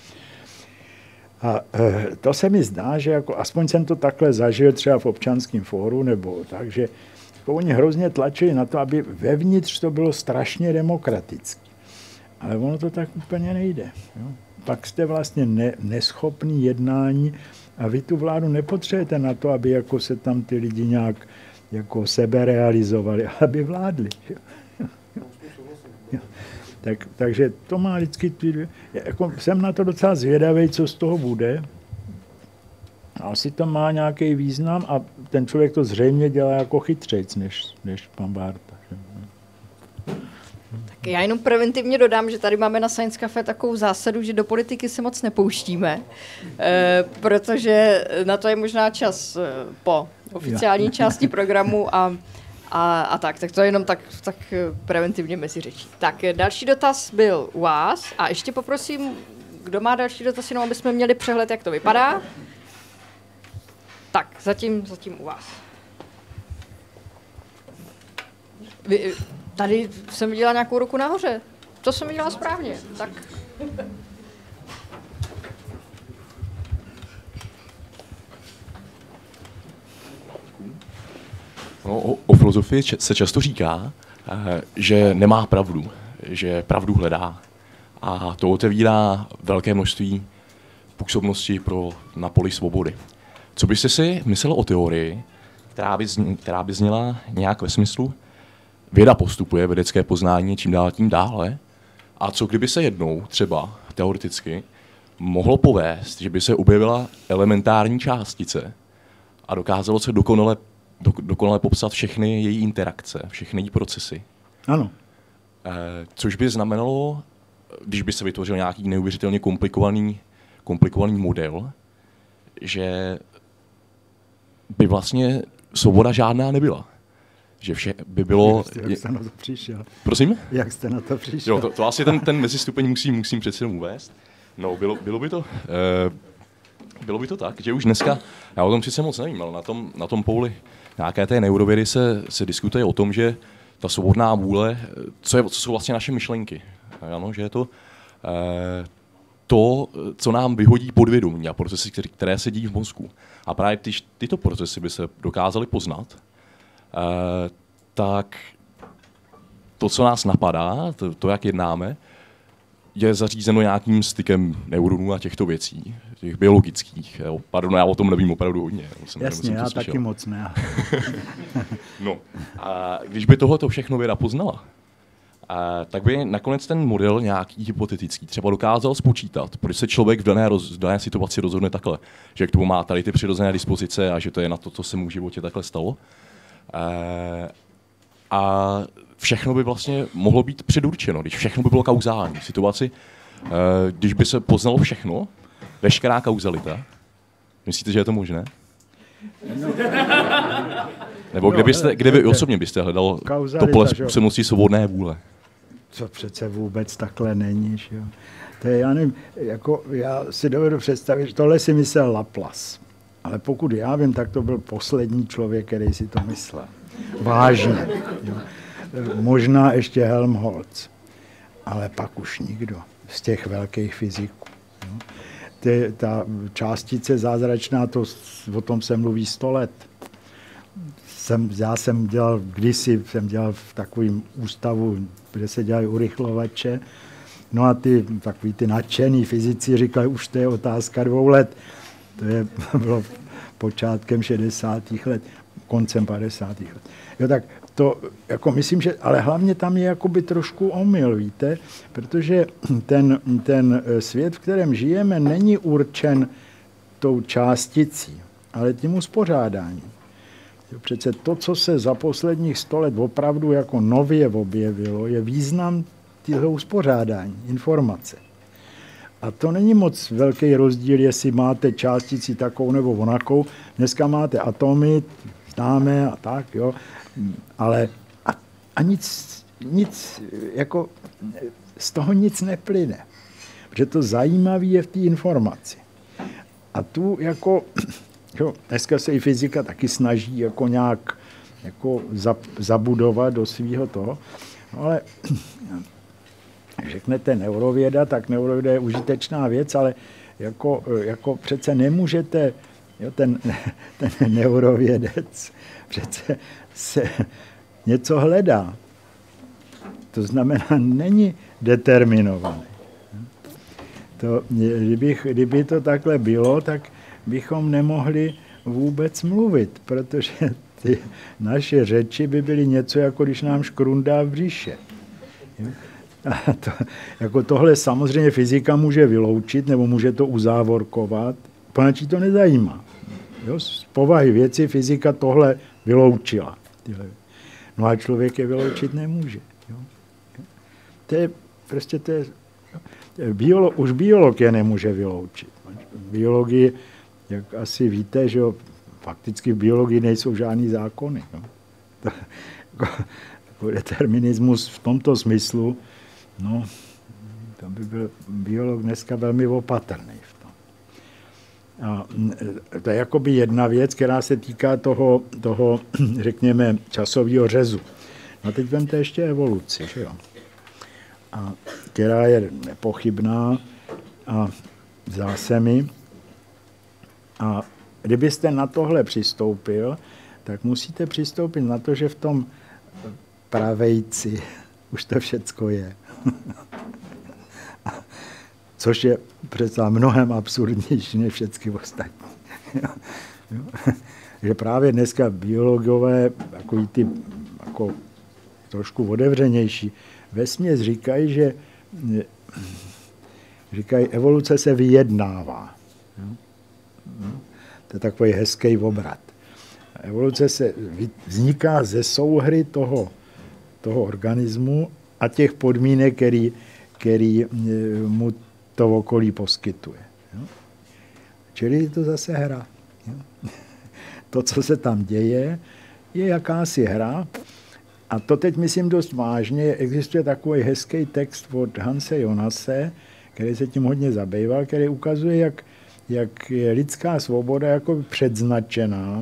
A to se mi zdá, že jako, aspoň jsem to takhle zažil třeba v Občanském fóru, nebo tak, že jako oni hrozně tlačili na to, aby vevnitř to bylo strašně demokratické. Ale ono to tak úplně nejde. Jo? Pak jste vlastně neschopný jednání a vy tu vládu nepotřebujete na to, aby jako se tam ty lidi nějak jako sebe realizovali, aby vládli. Jo? Jo. Takže to má vždycky, jako jsem na to docela zvědavý, co z toho bude. Asi to má nějaký význam a ten člověk to zřejmě dělá jako chytřejc, než pan Bárta. Tak já jenom preventivně dodám, že tady máme na Science Café takovou zásadu, že do politiky se moc nepouštíme, protože na to je možná čas po oficiální části programu a tak to je jenom tak preventivně mezi řečí. Tak další dotaz byl u vás a ještě poprosím, kdo má další dotaz, jenom aby jsme měli přehled, jak to vypadá. Tak, zatím u vás. Tady jsem viděla nějakou ruku nahoře. To jsem viděla správně. Tak. No, o filozofii se často říká, že nemá pravdu, že pravdu hledá. A to otevírá velké množství působnosti na poli svobody. Co byste si myslel o teorii, která by zněla nějak ve smyslu, věda postupuje, vědecké poznání čím dál tím dále, a co kdyby se jednou, třeba teoreticky, mohlo povést, že by se objevila elementární částice a dokázalo se dokonale popsat všechny její interakce, všechny její procesy. Ano. Což by znamenalo, když by se vytvořil nějaký neuvěřitelně komplikovaný model, že by vlastně svoboda žádná nebyla. Že vše by bylo... Jak jste na to přišel? Prosím? Jak jste na to přišel? Jo, to asi ten mezistupeň musím přece jenom uvést. No, bylo by to tak, že už dneska, já o tom sice moc nevím, ale na tom pouli nějaké té neurovědy se diskutuje o tom, že ta svobodná vůle, co jsou vlastně naše myšlenky. Ano, že je to, co nám vyhodí podvědomí a procesy, které se dějí v mozku. A právě tyto procesy by se dokázaly poznat, tak to, co nás napadá, to jak jednáme, je zařízeno nějakým stykem neuronů a těchto věcí, těch biologických. Jo. Pardon, já o tom nevím opravdu hodně. Jasně, já taky moc ne. No, a když by tohleto všechno věda poznala, tak by nakonec ten model nějaký hypotetický třeba dokázal spočítat, proč se člověk v dané situaci rozhodne takhle, že k tomu má tady ty přirozené dispozice a že to je na to, co se mu v životě takhle stalo. A všechno by vlastně mohlo být předurčeno, když všechno by bylo kauzální. Situaci, když by se poznalo všechno, veškerá kauzalita, myslíte, že je to možné? No. Nebo kde by osobně byste hledal to pole způsobnosti svobodné vůle? Co přece vůbec takhle není, že jo? To je, já nevím, jako já si dovedu představit, tohle si myslel Laplace. Ale pokud já vím, tak to byl poslední člověk, který si to myslel. Vážně. Jo. Možná ještě Helmholtz. Ale pak už nikdo z těch velkých fyziků. Jo. Ta částice zázračná, o tom se mluví 100 let. Já jsem dělal v takovém ústavu, kde se dělají urychlovače. No a takový ty nadšený fyzici říkali, už to je otázka 2 let. To bylo počátkem 60. let, koncem 50. let. Jo, tak to, jako myslím, že, ale hlavně tam je jakoby trošku omyl, víte, protože ten svět, v kterém žijeme, není určen tou částicí, ale tím uspořádáním. Přece to, co se za posledních 100 let opravdu jako nově objevilo, je význam toho uspořádání, informace. A to není moc velký rozdíl, jestli máte částici takovou nebo onakou. Dneska máte atomy, známe a tak, jo, ale a nic, jako z toho nic neplyne. Protože to zajímavé je v té informaci. A tu jako, jo, dneska se i fyzika taky snaží jako nějak jako zabudovat do svého toho, ale řeknete neurověda, tak neurověda je užitečná věc, ale jako přece nemůžete, jo, ten neurovědec přece se něco hledá. To znamená, není determinovaný. To, kdyby to takhle bylo, tak bychom nemohli vůbec mluvit, protože ty naše řeči by byly něco, jako když nám škrundá v břiše. A to, jako tohle samozřejmě fyzika může vyloučit, nebo může to uzávorkovat, protože to nezajímá. Jo, z povahy věci fyzika tohle vyloučila. No a člověk je vyloučit nemůže. Jo. To je prostě už biolog je nemůže vyloučit. V biologii, jak asi víte, že fakticky v biologii nejsou žádný zákony. No. Jako determinismus v tomto smyslu, no, to by byl biolog dneska velmi opatrný v tom. A to je jakoby jedna věc, která se týká toho řekněme, časového řezu. No teď vemte ještě evoluci, že jo? A která je nepochybná a zdá se mi. A kdybyste na tohle přistoupil, tak musíte přistoupit na to, že v tom pravejci už to všecko je. Což je přece mnohem absurdnější než všechny ostatní. Že právě dneska biologové, takový ty jako trošku otevřenější, vesměs říkají, že evoluce se vyjednává. To je takový hezký obrat. Evoluce vzniká ze souhry toho organismu a těch podmínek, který mu to okolí poskytuje. Čili je to zase hra. To, co se tam děje, je jakási hra. A to teď myslím dost vážně. Existuje takový hezký text od Hanse Jonase, který se tím hodně zabýval, který ukazuje, jak je lidská svoboda jako předznačená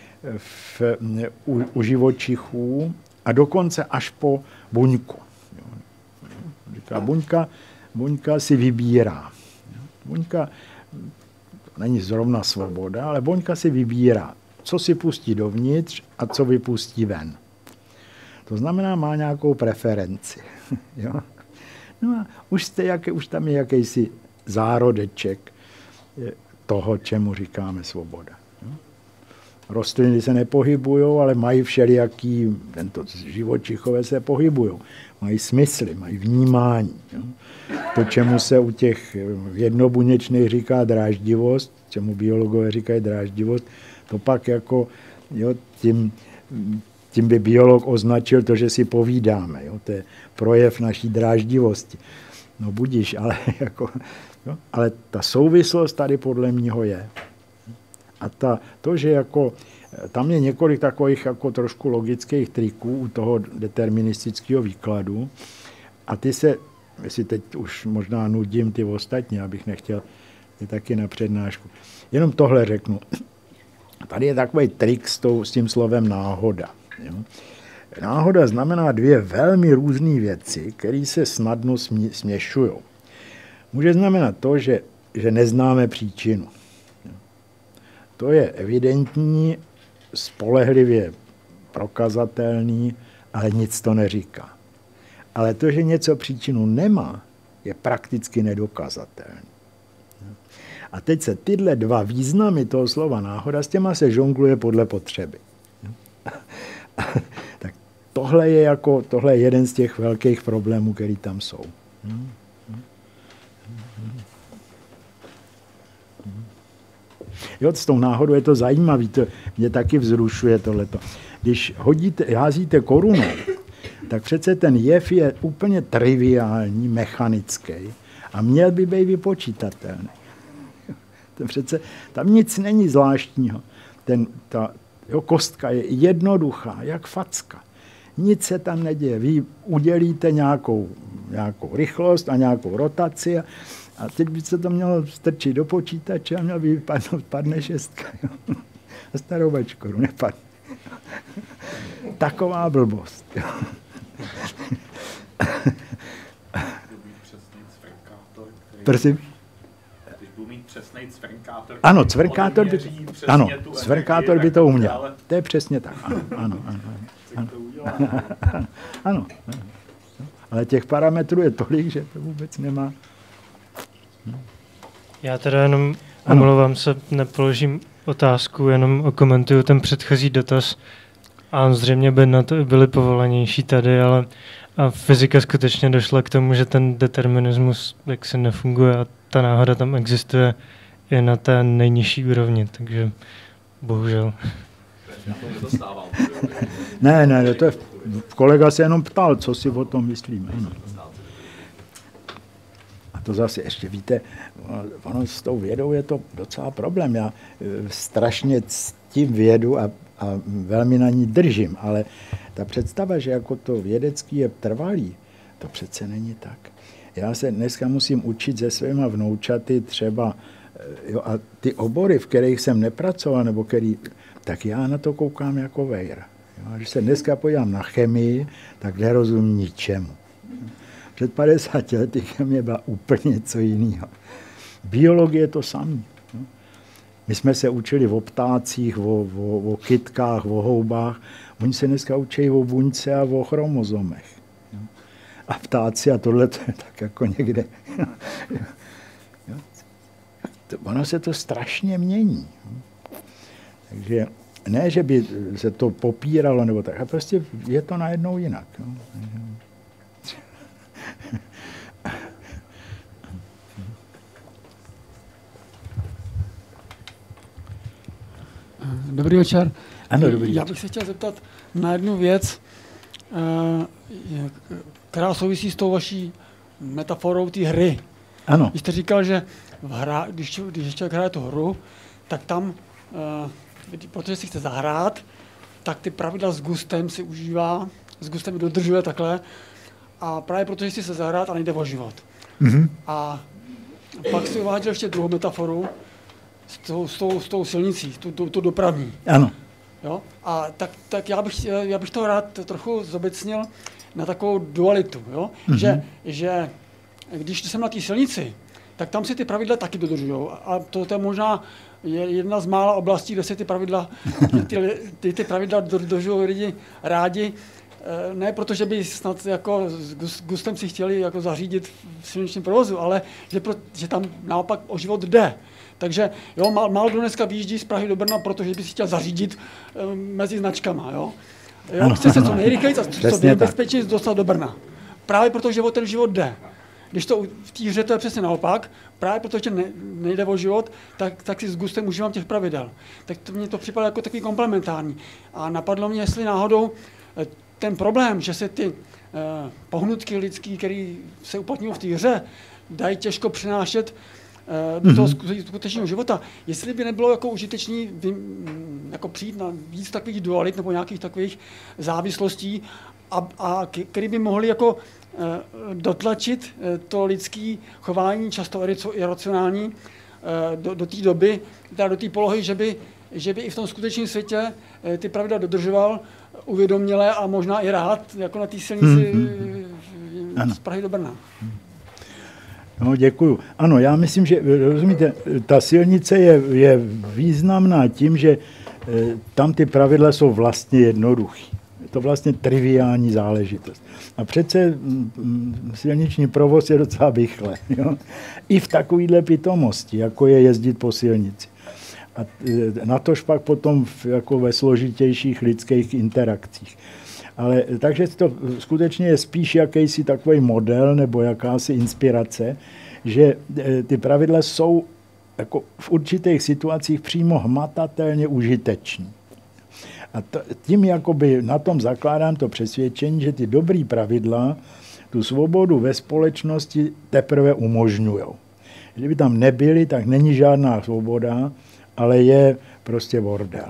u živočichů a dokonce až po buňku. Říká, buňka si vybírá. Buňka není zrovna svoboda, ale buňka si vybírá, co si pustí dovnitř a co vypustí ven. To znamená, má nějakou preferenci. Jo? No a už tam je jakýsi zárodeček toho, čemu říkáme svoboda. Jo? Rostliny se nepohybují, ale mají všelijaký, tento živočichové se pohybují. Mají smysly, mají vnímání. Jo? To, čemu se u těch jednobuněčných říká dráždivost, čemu biologové říkají dráždivost, to pak jako jo, tím by biolog označil to, že si povídáme. Jo? To je projev naší dráždivosti. No budíš, ale, jo? Ale ta souvislost tady podle mého je. A to, že jako, tam je několik takových jako trošku logických triků u toho deterministického výkladu a ty se, jestli teď už možná nudím ty ostatní, abych nechtěl je taky na přednášku. Jenom tohle řeknu. Tady je takový trik s tím slovem náhoda. Jo? Náhoda znamená dvě velmi různé věci, které se snadno směšují. Může znamenat to, že neznáme příčinu. To je evidentní, spolehlivě prokazatelný, ale nic to neříká. Ale to, že něco příčinu nemá, je prakticky nedokazatelné. A teď se tyhle dva významy toho slova náhoda, s těma se žongluje podle potřeby. Tak tohle je jeden z těch velkých problémů, který tam jsou. Jo, s tou náhodou je to zajímavé, to mě taky vzrušuje tohleto. Když házíte korunou, tak přece ten jev je úplně triviální, mechanický a měl by být vypočítatelný. To přece, tam nic není zvláštního. Kostka je jednoduchá, jak facka. Nic se tam neděje. Vy udělíte nějakou rychlost a nějakou rotaci a teď by se to mělo strčit do počítače a měl by vypadnout, padne 6. Jo. A starovačku nepadne. Taková blbost. Jo. Prosím? Když budu mít přesnej cvrnkátor. Ano, cvrnkátor by to uměl. To je přesně tak. Ano. Ale těch parametrů je tolik, že to vůbec nemá. Já teda jenom omlouvám se, nepoložím otázku, jenom okomentuju ten předchozí dotaz. A zřejmě by na to byli povolanější tady, ale a fyzika skutečně došla k tomu, že ten determinismus jaksi nefunguje a ta náhoda tam existuje i na té nejnižší úrovni, takže bohužel. Ne, to je, kolega se jenom ptal, co si o tom myslíme. A to zase ještě víte, ono s tou vědou je to docela problém. Já strašně ctím vědu a velmi na ní držím, ale ta představa, že jako to vědecký je trvalý, to přece není tak. Já se dneska musím učit se svýma vnoučaty třeba, jo, a ty obory, v kterých jsem nepracoval, nebo tak já na to koukám jako vejr. Jo, když se dneska podívám na chemii, tak nerozumím ničemu. Před 50 lety chemie byla úplně něco jiného. Biologie je to samé. My jsme se učili o ptácích, o kytkách, o houbách. Oni se dneska učí o buňce a o chromozomech. A ptáci a tohle to je tak jako někde. Ono se to strašně mění. Takže ne, že by se to popíralo, nebo tak, a prostě je to najednou jinak. Dobrý večer. Ano, dobrý Já bych se chtěl zeptat na jednu věc, která souvisí s tou vaší metaforou té hry. Ano. Když jste říkal, že když člověk hraje tu hru, tak tam, protože si chce zahrát, tak ty pravidla s gustem si užívá, s gustem dodržuje takhle, a právě protože si chce zahrát a nejde o život. Mm-hmm. A pak si uváděl ještě druhou metaforu, s tou silnicí, tu dopravní. Ano. Jo? A tak já bych to rád trochu zobecnil na takovou dualitu, jo? Mm-hmm. Že když jsem na té silnici, tak tam si ty pravidla taky dodržujou. A to je možná jedna z mála oblastí, kde se ty pravidla dodržují lidi rádi. Ne proto, že by snad jako s gustem si chtěli jako zařídit v silničním provozu, ale že tam naopak o život jde. Takže jo, málo kdo dneska vyjíždí z Prahy do Brna, protože by si chtěl zařídit mezi značkama. Jo? Chce se co nejrychleji a co nejbezpečněji dostat do Brna. Právě protože o ten život jde. Když to v té hře to je přesně naopak, právě protože nejde o život, tak si s gustem užívám těch pravidel. Tak to mně to připadá jako takový komplementární. A napadlo mě, jestli náhodou ten problém, že se ty pohnutky lidský, které se uplatňují v té hře, dají těžko přenášet do toho skutečného života. Jestli by nebylo jako užitečný jako přijít na víc takových dualit nebo nějakých takových závislostí, a který by mohli jako dotlačit to lidské chování, často iracionální, do té doby, teda do té polohy, že by i v tom skutečném světě ty pravidla dodržoval uvědoměle a možná i rád, jako na té silnici z Prahy do Brna. No, děkuju. Ano, já myslím, že, rozumíte, ta silnice je významná tím, že tam ty pravidla jsou vlastně jednoduchý. to vlastně triviální záležitost. A přece silniční provoz je docela rychle. Jo? I v takovýhle pitomosti, jako je jezdit po silnici. A natož pak potom jako ve složitějších lidských interakcích. Ale takže to skutečně je spíš jakýsi takový model nebo jakási inspirace, že ty pravidla jsou jako v určitých situacích přímo hmatatelně užiteční. A tím jakoby na tom zakládám to přesvědčení, že ty dobrý pravidla tu svobodu ve společnosti teprve umožňují. Kdyby tam nebyly, tak není žádná svoboda, ale je prostě bordel.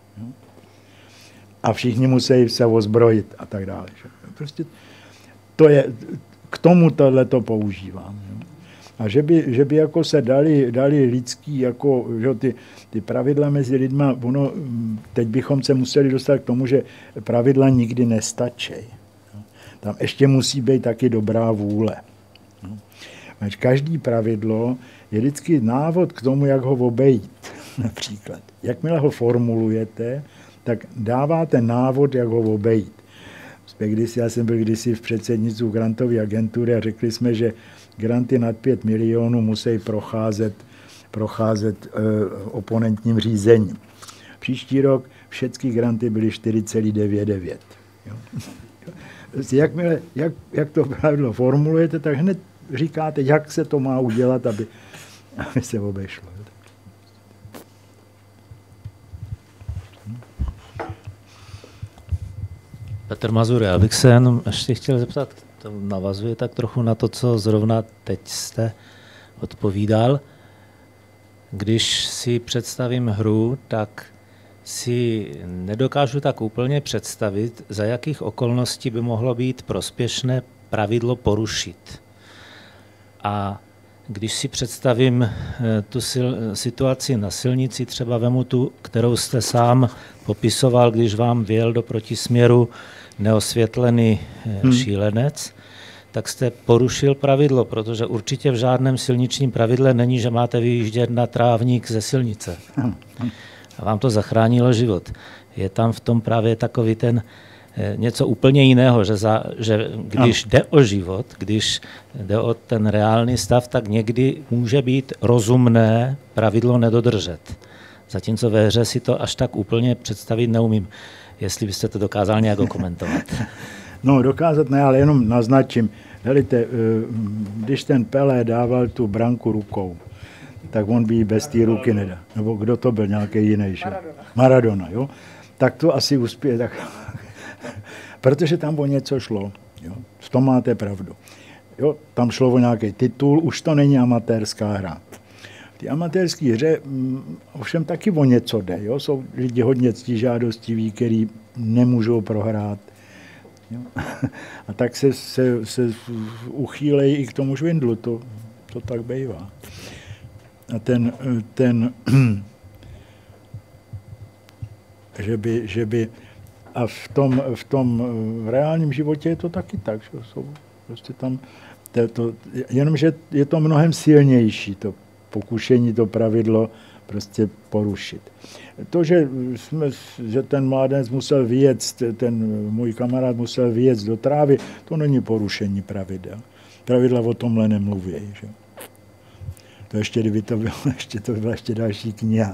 A všichni musí se ozbrojit a tak dále. Prostě to je, k tomu tohleto používám. A že by jako se dali lidský, jako, že ty pravidla mezi lidma, teď bychom se museli dostat k tomu, že pravidla nikdy nestačí. Tam ještě musí být taky dobrá vůle. Každý pravidlo je vždycky návod k tomu, jak ho obejít. Například. Jakmile ho formulujete, tak dáváte návod, jak ho obejít. Já jsem byl kdysi v předsednictvu grantové agentury a řekli jsme, že granty nad 5 milionů musí procházet oponentním řízením. Příští rok všechny granty byly 4,99. Jakmile, jak to pravidlo formulujete, tak hned říkáte, jak se to má udělat, aby se obešlo. Petr Mazur, já bych se jenom ještě chtěl zeptat, to navazuje tak trochu na to, co zrovna teď jste odpovídal. Když si představím hru, tak si nedokážu tak úplně představit, za jakých okolností by mohlo být prospěšné pravidlo porušit. A když si představím tu situaci na silnici, třeba vemu tu, kterou jste sám popisoval, když vám vjel do protisměru neosvětlený šílenec, tak jste porušil pravidlo, protože určitě v žádném silničním pravidle není, že máte vyjíždět na trávník ze silnice. A vám to zachránilo život. Je tam v tom právě takový ten něco úplně jiného, že když jde o život, když jde o ten reálný stav, tak někdy může být rozumné pravidlo nedodržet. Zatímco ve hře si to až tak úplně představit neumím. Jestli byste to dokázal nějak komentovat. No, dokázat ne, ale jenom naznačím. Helejte, když ten Pelé dával tu branku rukou, tak on by ji bez té ruky nedal. Nebo kdo to byl, nějaký jiný? Maradona, jo? Tak to asi uspěje. Tak... Protože tam o něco šlo. Jo? V tom máte pravdu. Jo? Tam šlo o nějaký titul, už to není amatérská hra. V té amatérské hře ovšem taky o něco jde. Jo? Jsou lidi hodně ctižádostiví, kteří nemůžou prohrát. Jo? A tak se uchýlejí i k tomu žvindlu. To tak bývá. A že by a v tom reálním životě je to taky tak, že jsou prostě tam jenomže je to mnohem silnější, to pokušení, to pravidlo prostě porušit. To, že ten mládenec musel vyjet, ten můj kamarád musel vyjet do trávy, to není porušení pravidel. Pravidla o tomhle nemluví, že? To ještě, kdyby to bylo, to byla ještě další kniha.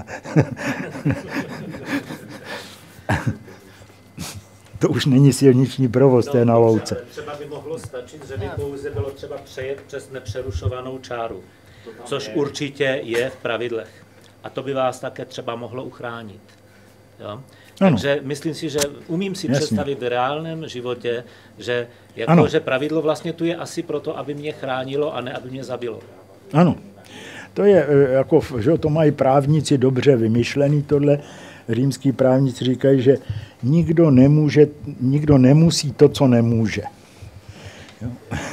To už není silniční provoz, to je na louce. Třeba by mohlo stačit, že by pouze bylo třeba přejet přes nepřerušovanou čáru, což určitě je v pravidlech. A to by vás také třeba mohlo uchránit. Jo? Takže myslím si, že umím si představit v reálném životě, že pravidlo vlastně tu je asi proto, aby mě chránilo a ne aby mě zabilo. Ano. To je, jako, že to mají právníci dobře vymyšlený tohle. Římský právníci říkají, že nikdo nemusí to, co nemůže. Jo?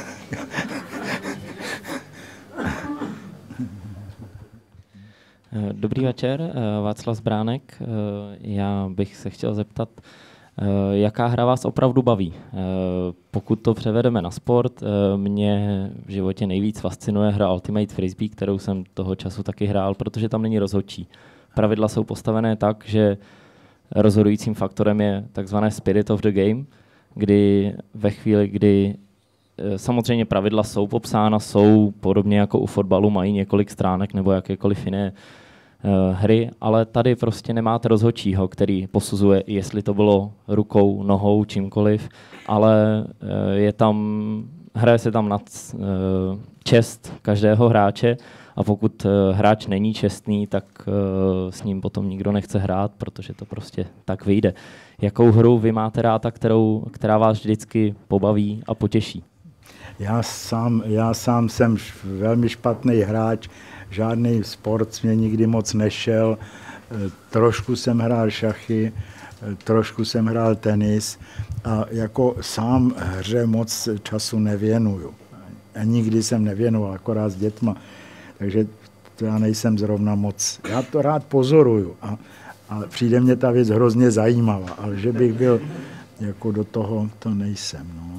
Dobrý večer, Václav Zbránek. Já bych se chtěl zeptat, jaká hra vás opravdu baví? Pokud to převedeme na sport, mě v životě nejvíc fascinuje hra Ultimate Frisbee, kterou jsem toho času taky hrál, protože tam není rozhodčí. Pravidla jsou postavené tak, že rozhodujícím faktorem je takzvané spirit of the game, kdy ve chvíli, kdy samozřejmě pravidla jsou popsána, jsou podobně jako u fotbalu, mají několik stránek nebo jakékoliv jiné hry, ale tady prostě nemáte rozhodčího, který posuzuje, jestli to bylo rukou, nohou, čímkoliv, ale hraje se tam nad čest každého hráče a pokud hráč není čestný, tak s ním potom nikdo nechce hrát, protože to prostě tak vyjde. Jakou hru vy máte ráda, která vás vždycky pobaví a potěší? Já sám jsem velmi špatný hráč, žádný sport mě nikdy moc nešel, trošku jsem hrál šachy, trošku jsem hrál tenis a jako sám hře moc času nevěnuju. A nikdy jsem nevěnoval, akorát s dětma, takže to já nejsem zrovna moc. Já to rád pozoruju a přijde mě ta věc hrozně zajímavá, ale že bych byl jako do toho, to nejsem. No.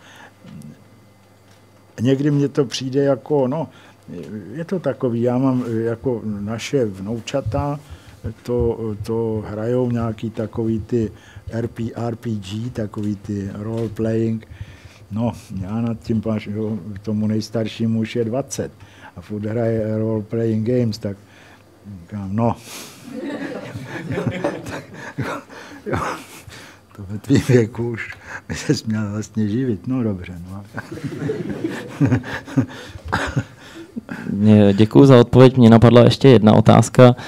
Někdy mně to přijde jako, je to takový, já mám jako naše vnoučata, to hrajou nějaký takový ty RPG, takový ty role playing. No, já nad tím tomu nejstaršímu už je 20 a furt hraje role playing games, tak říkám, to ve tvým věku už by ses měl vlastně živit. No dobře. No. Děkuji za odpověď. Mně napadla ještě jedna otázka.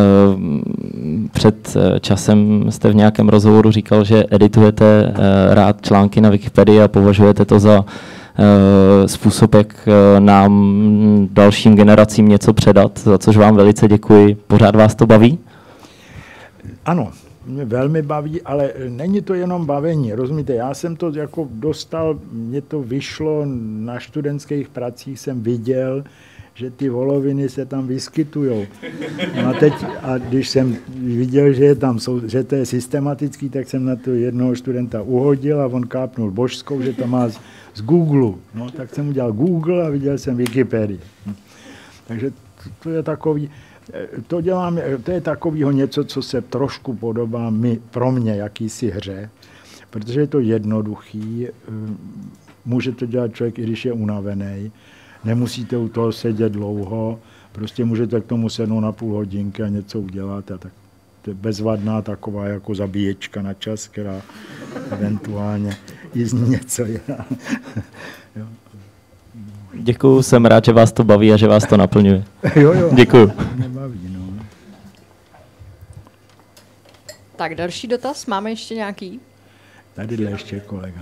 Před časem jste v nějakém rozhovoru říkal, že editujete rád články na Wikipedii a považujete to za způsob, jak nám dalším generacím něco předat, za což vám velice děkuji. Pořád vás to baví? Ano, mě velmi baví, ale není to jenom bavení, rozumíte, já jsem to jako dostal, mně to vyšlo, na studentských pracích jsem viděl, že ty voloviny se tam vyskytujou. A když jsem viděl, že to je systematický, tak jsem na to jednoho studenta uhodil a on kápnul božskou, že to má z Google. No, tak jsem udělal Google a viděl jsem Wikipedii. Takže to je takový, to je takového něco, co se trošku podobá pro mě jakýsi hře, protože je to jednoduchý, může to dělat člověk, i když je unavený, nemusíte u toho sedět dlouho, prostě můžete k tomu sednout na půl hodinky a něco udělat a tak to je bezvadná taková jako zabíječka na čas, která eventuálně i z ní něco je. Děkuju, jsem rád, že vás to baví a že vás to naplňuje. Jo, děkuju. Nebaví, no. Tak další dotaz, máme ještě nějaký? Tadyhle ještě kolega.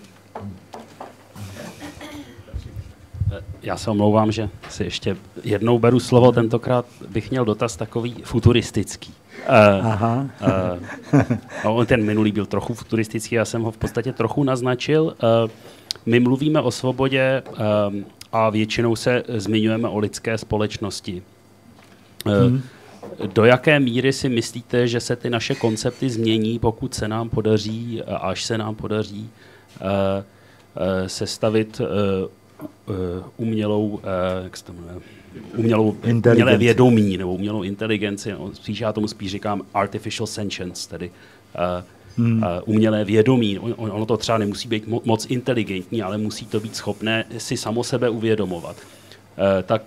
Já se omlouvám, že si ještě jednou beru slovo, tentokrát bych měl dotaz takový futuristický. Aha. Ten minulý byl trochu futuristický, já jsem ho v podstatě trochu naznačil. My mluvíme o svobodě a většinou se zmiňujeme o lidské společnosti. Do jaké míry si myslíte, že se ty naše koncepty změní, pokud se nám podaří, až se nám podaří sestavit umělé vědomí nebo umělou inteligenci, spíš já tomu říkám artificial sentience, tedy umělé vědomí. Ono to třeba nemusí být moc inteligentní, ale musí to být schopné si samo sebe uvědomovat. Tak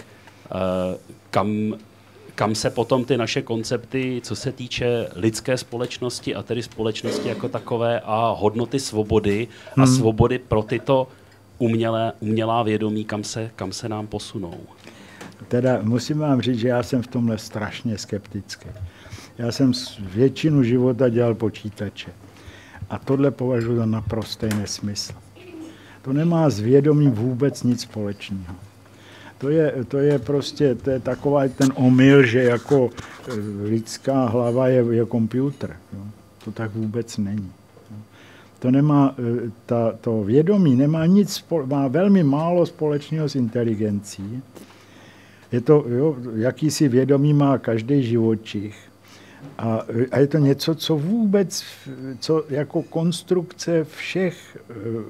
kam se potom ty naše koncepty, co se týče lidské společnosti a tedy společnosti jako takové a hodnoty svobody a svobody pro tyto umělá vědomí, kam se nám posunou? Teda musím vám říct, že já jsem v tomhle strašně skeptický. Já jsem většinu života dělal počítače. A tohle považuji za naprostý nesmysl. To nemá s vědomím vůbec nic společného. To je prostě taková ten omyl, že jako lidská hlava je počítač. To tak vůbec není. To nemá, to vědomí nemá má velmi málo společného s inteligencí. Je to, jakýsi vědomí má každý živočich. A je to něco, co jako konstrukce všech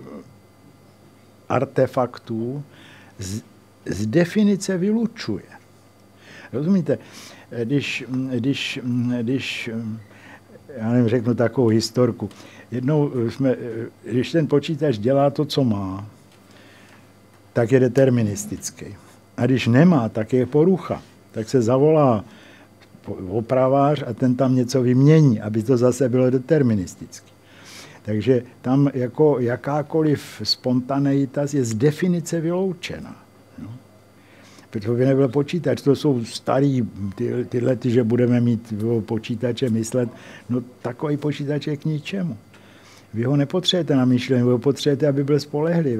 artefaktů z definice vylučuje. Rozumíte? Když já nevím, řeknu takovou historku. Jednou když ten počítač dělá to, co má, tak je deterministický. A když nemá, tak je porucha. Tak se zavolá opravář a ten tam něco vymění, aby to zase bylo deterministické. Takže tam jako jakákoliv spontaneita je z definice vyloučena. No. Protože by nebyl počítač, to jsou starý tyhle, že budeme mít počítače myslet, no takový počítač je k ničemu. Vy ho nepotřebujete na myšlení, vy ho potřebujete, aby byl spolehlivý.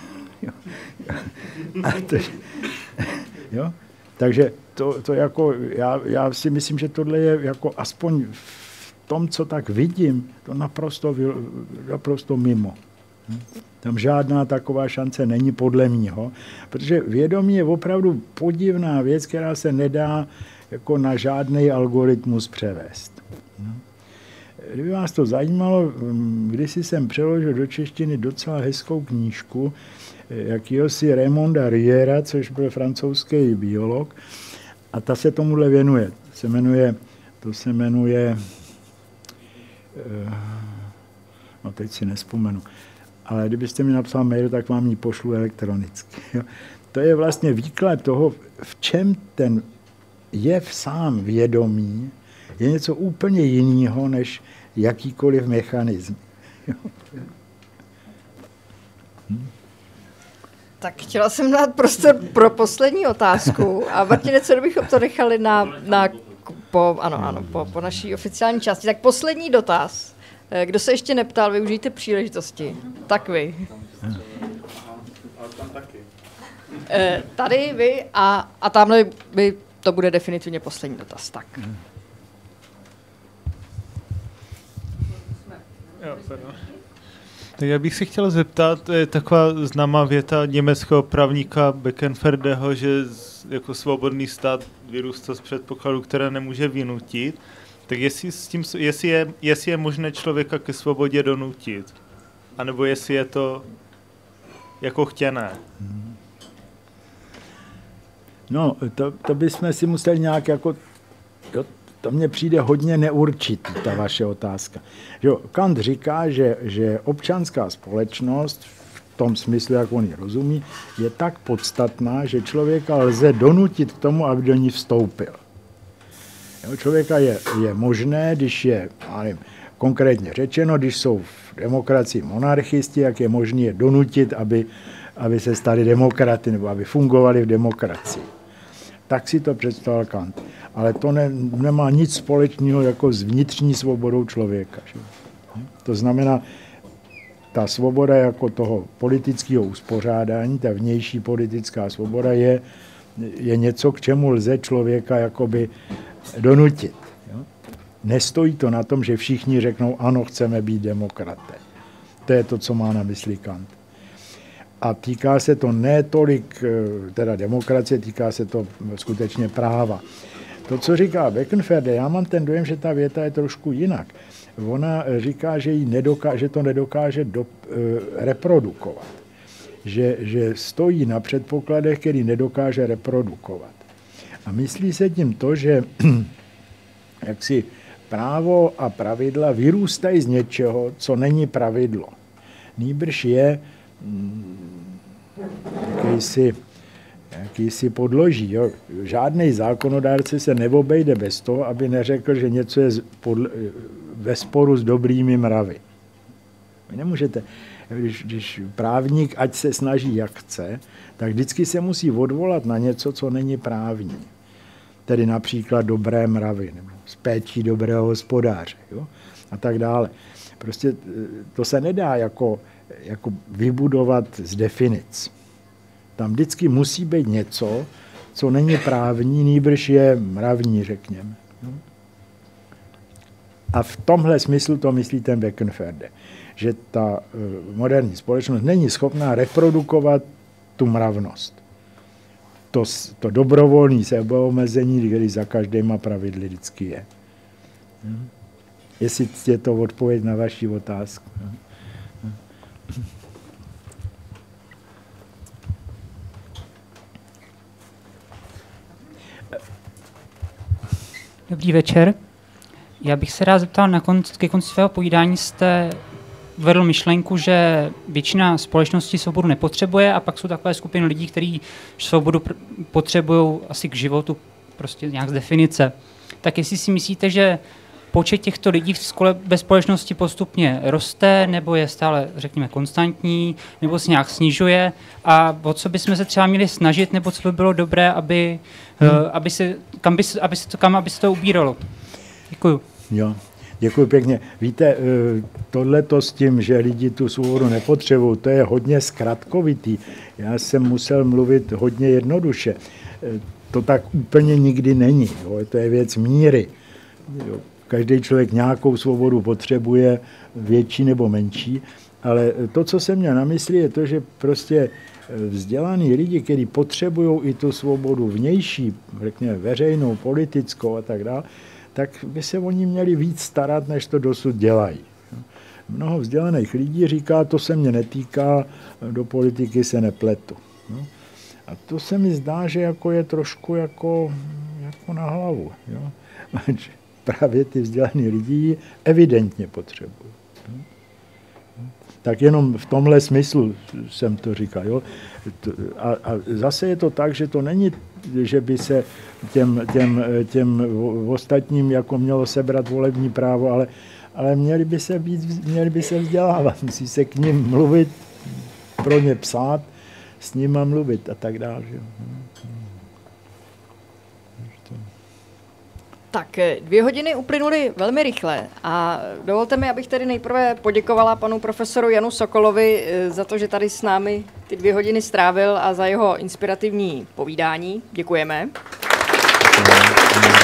Jo? Takže to jako, já si myslím, že tohle je jako aspoň v tom, co tak vidím, to naprosto mimo. Tam žádná taková šance není podle mýho, protože vědomí je opravdu podivná věc, která se nedá jako na žádný algoritmus převést. Kdyby vás to zajímalo, kdysi jsem přeložil do češtiny docela hezkou knížku jakýhosi Raymonda Riera, což byl francouzský biolog, a ta se tomuhle věnuje. To se jmenuje no teď si nevzpomenu, ale kdybyste mi napsal mail, tak vám ji pošlu elektronicky. Jo. To je vlastně výklad toho, v čem ten jev sám vědomí je něco úplně jiného, než jakýkoliv mechanism. Tak chtěla jsem dát prostor pro poslední otázku. A Martine, co kdybychom to nechali po naší oficiální části. Tak poslední dotaz. Kdo se ještě neptal, využijte příležitosti. Tak vy. Tady vy a tamhle vy, to bude definitivně poslední dotaz. Tak. Tak já bych si chtěl zeptat, je taková známá věta německého právníka Beckenferdeho, že jako svobodný stát vyrůstá z předpokladu, které nemůže vynutit. Tak jestli je možné člověka ke svobodě donutit, anebo jestli je to jako chtěné. No, to bychom si museli nějak jako... Jo, to mně přijde hodně neurčitý, ta vaše otázka. Jo, Kant říká, že občanská společnost v tom smyslu, jak on ji rozumí, je tak podstatná, že člověka lze donutit k tomu, aby do ní vstoupil. Jo, člověka je možné, když je, nevím, konkrétně řečeno, když jsou v demokracii monarchisti, jak je možné je donutit, aby se stali demokraty nebo aby fungovali v demokracii. Tak si to představil Kant. Ale to nemá nic společného jako s vnitřní svobodou člověka. Že? To znamená, ta svoboda jako toho politického uspořádání, ta vnější politická svoboda je něco, k čemu lze člověka jakoby donutit. Jo? Nestojí to na tom, že všichni řeknou, ano, chceme být demokraté. To je to, co má na mysli Kant. A týká se to ne tolik teda demokracie, týká se to skutečně práva. To, co říká Beckenferde, já mám ten dojem, že ta věta je trošku jinak. Ona říká, že to nedokáže reprodukovat. Že stojí na předpokladech, který nedokáže reprodukovat. A myslí se tím to, že jaksi právo a pravidla vyrůstají z něčeho, co není pravidlo. Nýbrž je jakýsi podloží. Jo. Žádný zákonodárce se neobejde bez toho, aby neřekl, že něco je ve sporu s dobrými mravy. Vy nemůžete, když právník, ať se snaží jak chce, tak vždycky se musí odvolat na něco, co není právní. Tedy například dobré mravy, nebo z péčí dobrého hospodáře, jo? A tak dále. Prostě to se nedá jako vybudovat z definic. Tam vždycky musí být něco, co není právní, nýbrž je mravní, řekněme. A v tomhle smyslu to myslí ten Beckenferde, že ta moderní společnost není schopná reprodukovat tu mravnost. To dobrovolné sebeomezení, který za každýma pravidly vždycky je. Jestli je to odpověď na vaši otázku. Dobrý večer. Já bych se rád zeptal, ke konci svého povídání jste vedl myšlenku, že většina společnosti svobodu nepotřebuje a pak jsou takové skupiny lidí, kteří svobodu potřebují asi k životu, prostě nějak z definice. Tak jestli si myslíte, že počet těchto lidí ve společnosti postupně roste, nebo je stále, řekněme, konstantní, nebo se nějak snižuje a o co bychom se třeba měli snažit, nebo co by bylo dobré, aby se to ubíralo. Děkuju. Jo, děkuji pěkně. Víte, tohleto s tím, že lidi tu svobodu nepotřebují, to je hodně zkratkovitý. Já jsem musel mluvit hodně jednoduše. To tak úplně nikdy není. Jo. To je věc míry. Jo. Každý člověk nějakou svobodu potřebuje, větší nebo menší, ale to, co jsem měl na mysli, je to, že prostě vzdělaný lidi, kteří potřebují i tu svobodu vnější, řekněme veřejnou, politickou a tak dále, tak by se oni měli víc starat, než to dosud dělají. Mnoho vzdělaných lidí říká, to se mě netýká, do politiky se nepletu. A to se mi zdá, že jako je trošku jako na hlavu. Jo? Právě ty vzdělaný lidi evidentně potřebují. Tak jenom v tomhle smyslu jsem to říkal. Jo? A zase je to tak, že to není, že by se těm ostatním jako mělo sebrat volební právo, ale měli by se vzdělávat, musí se k nim mluvit, pro ně psát, s nima mluvit a tak dále. Tak 2 hodiny uplynuly velmi rychle a dovolte mi, abych tedy nejprve poděkovala panu profesoru Janu Sokolovi za to, že tady s námi ty 2 hodiny strávil a za jeho inspirativní povídání. Děkujeme.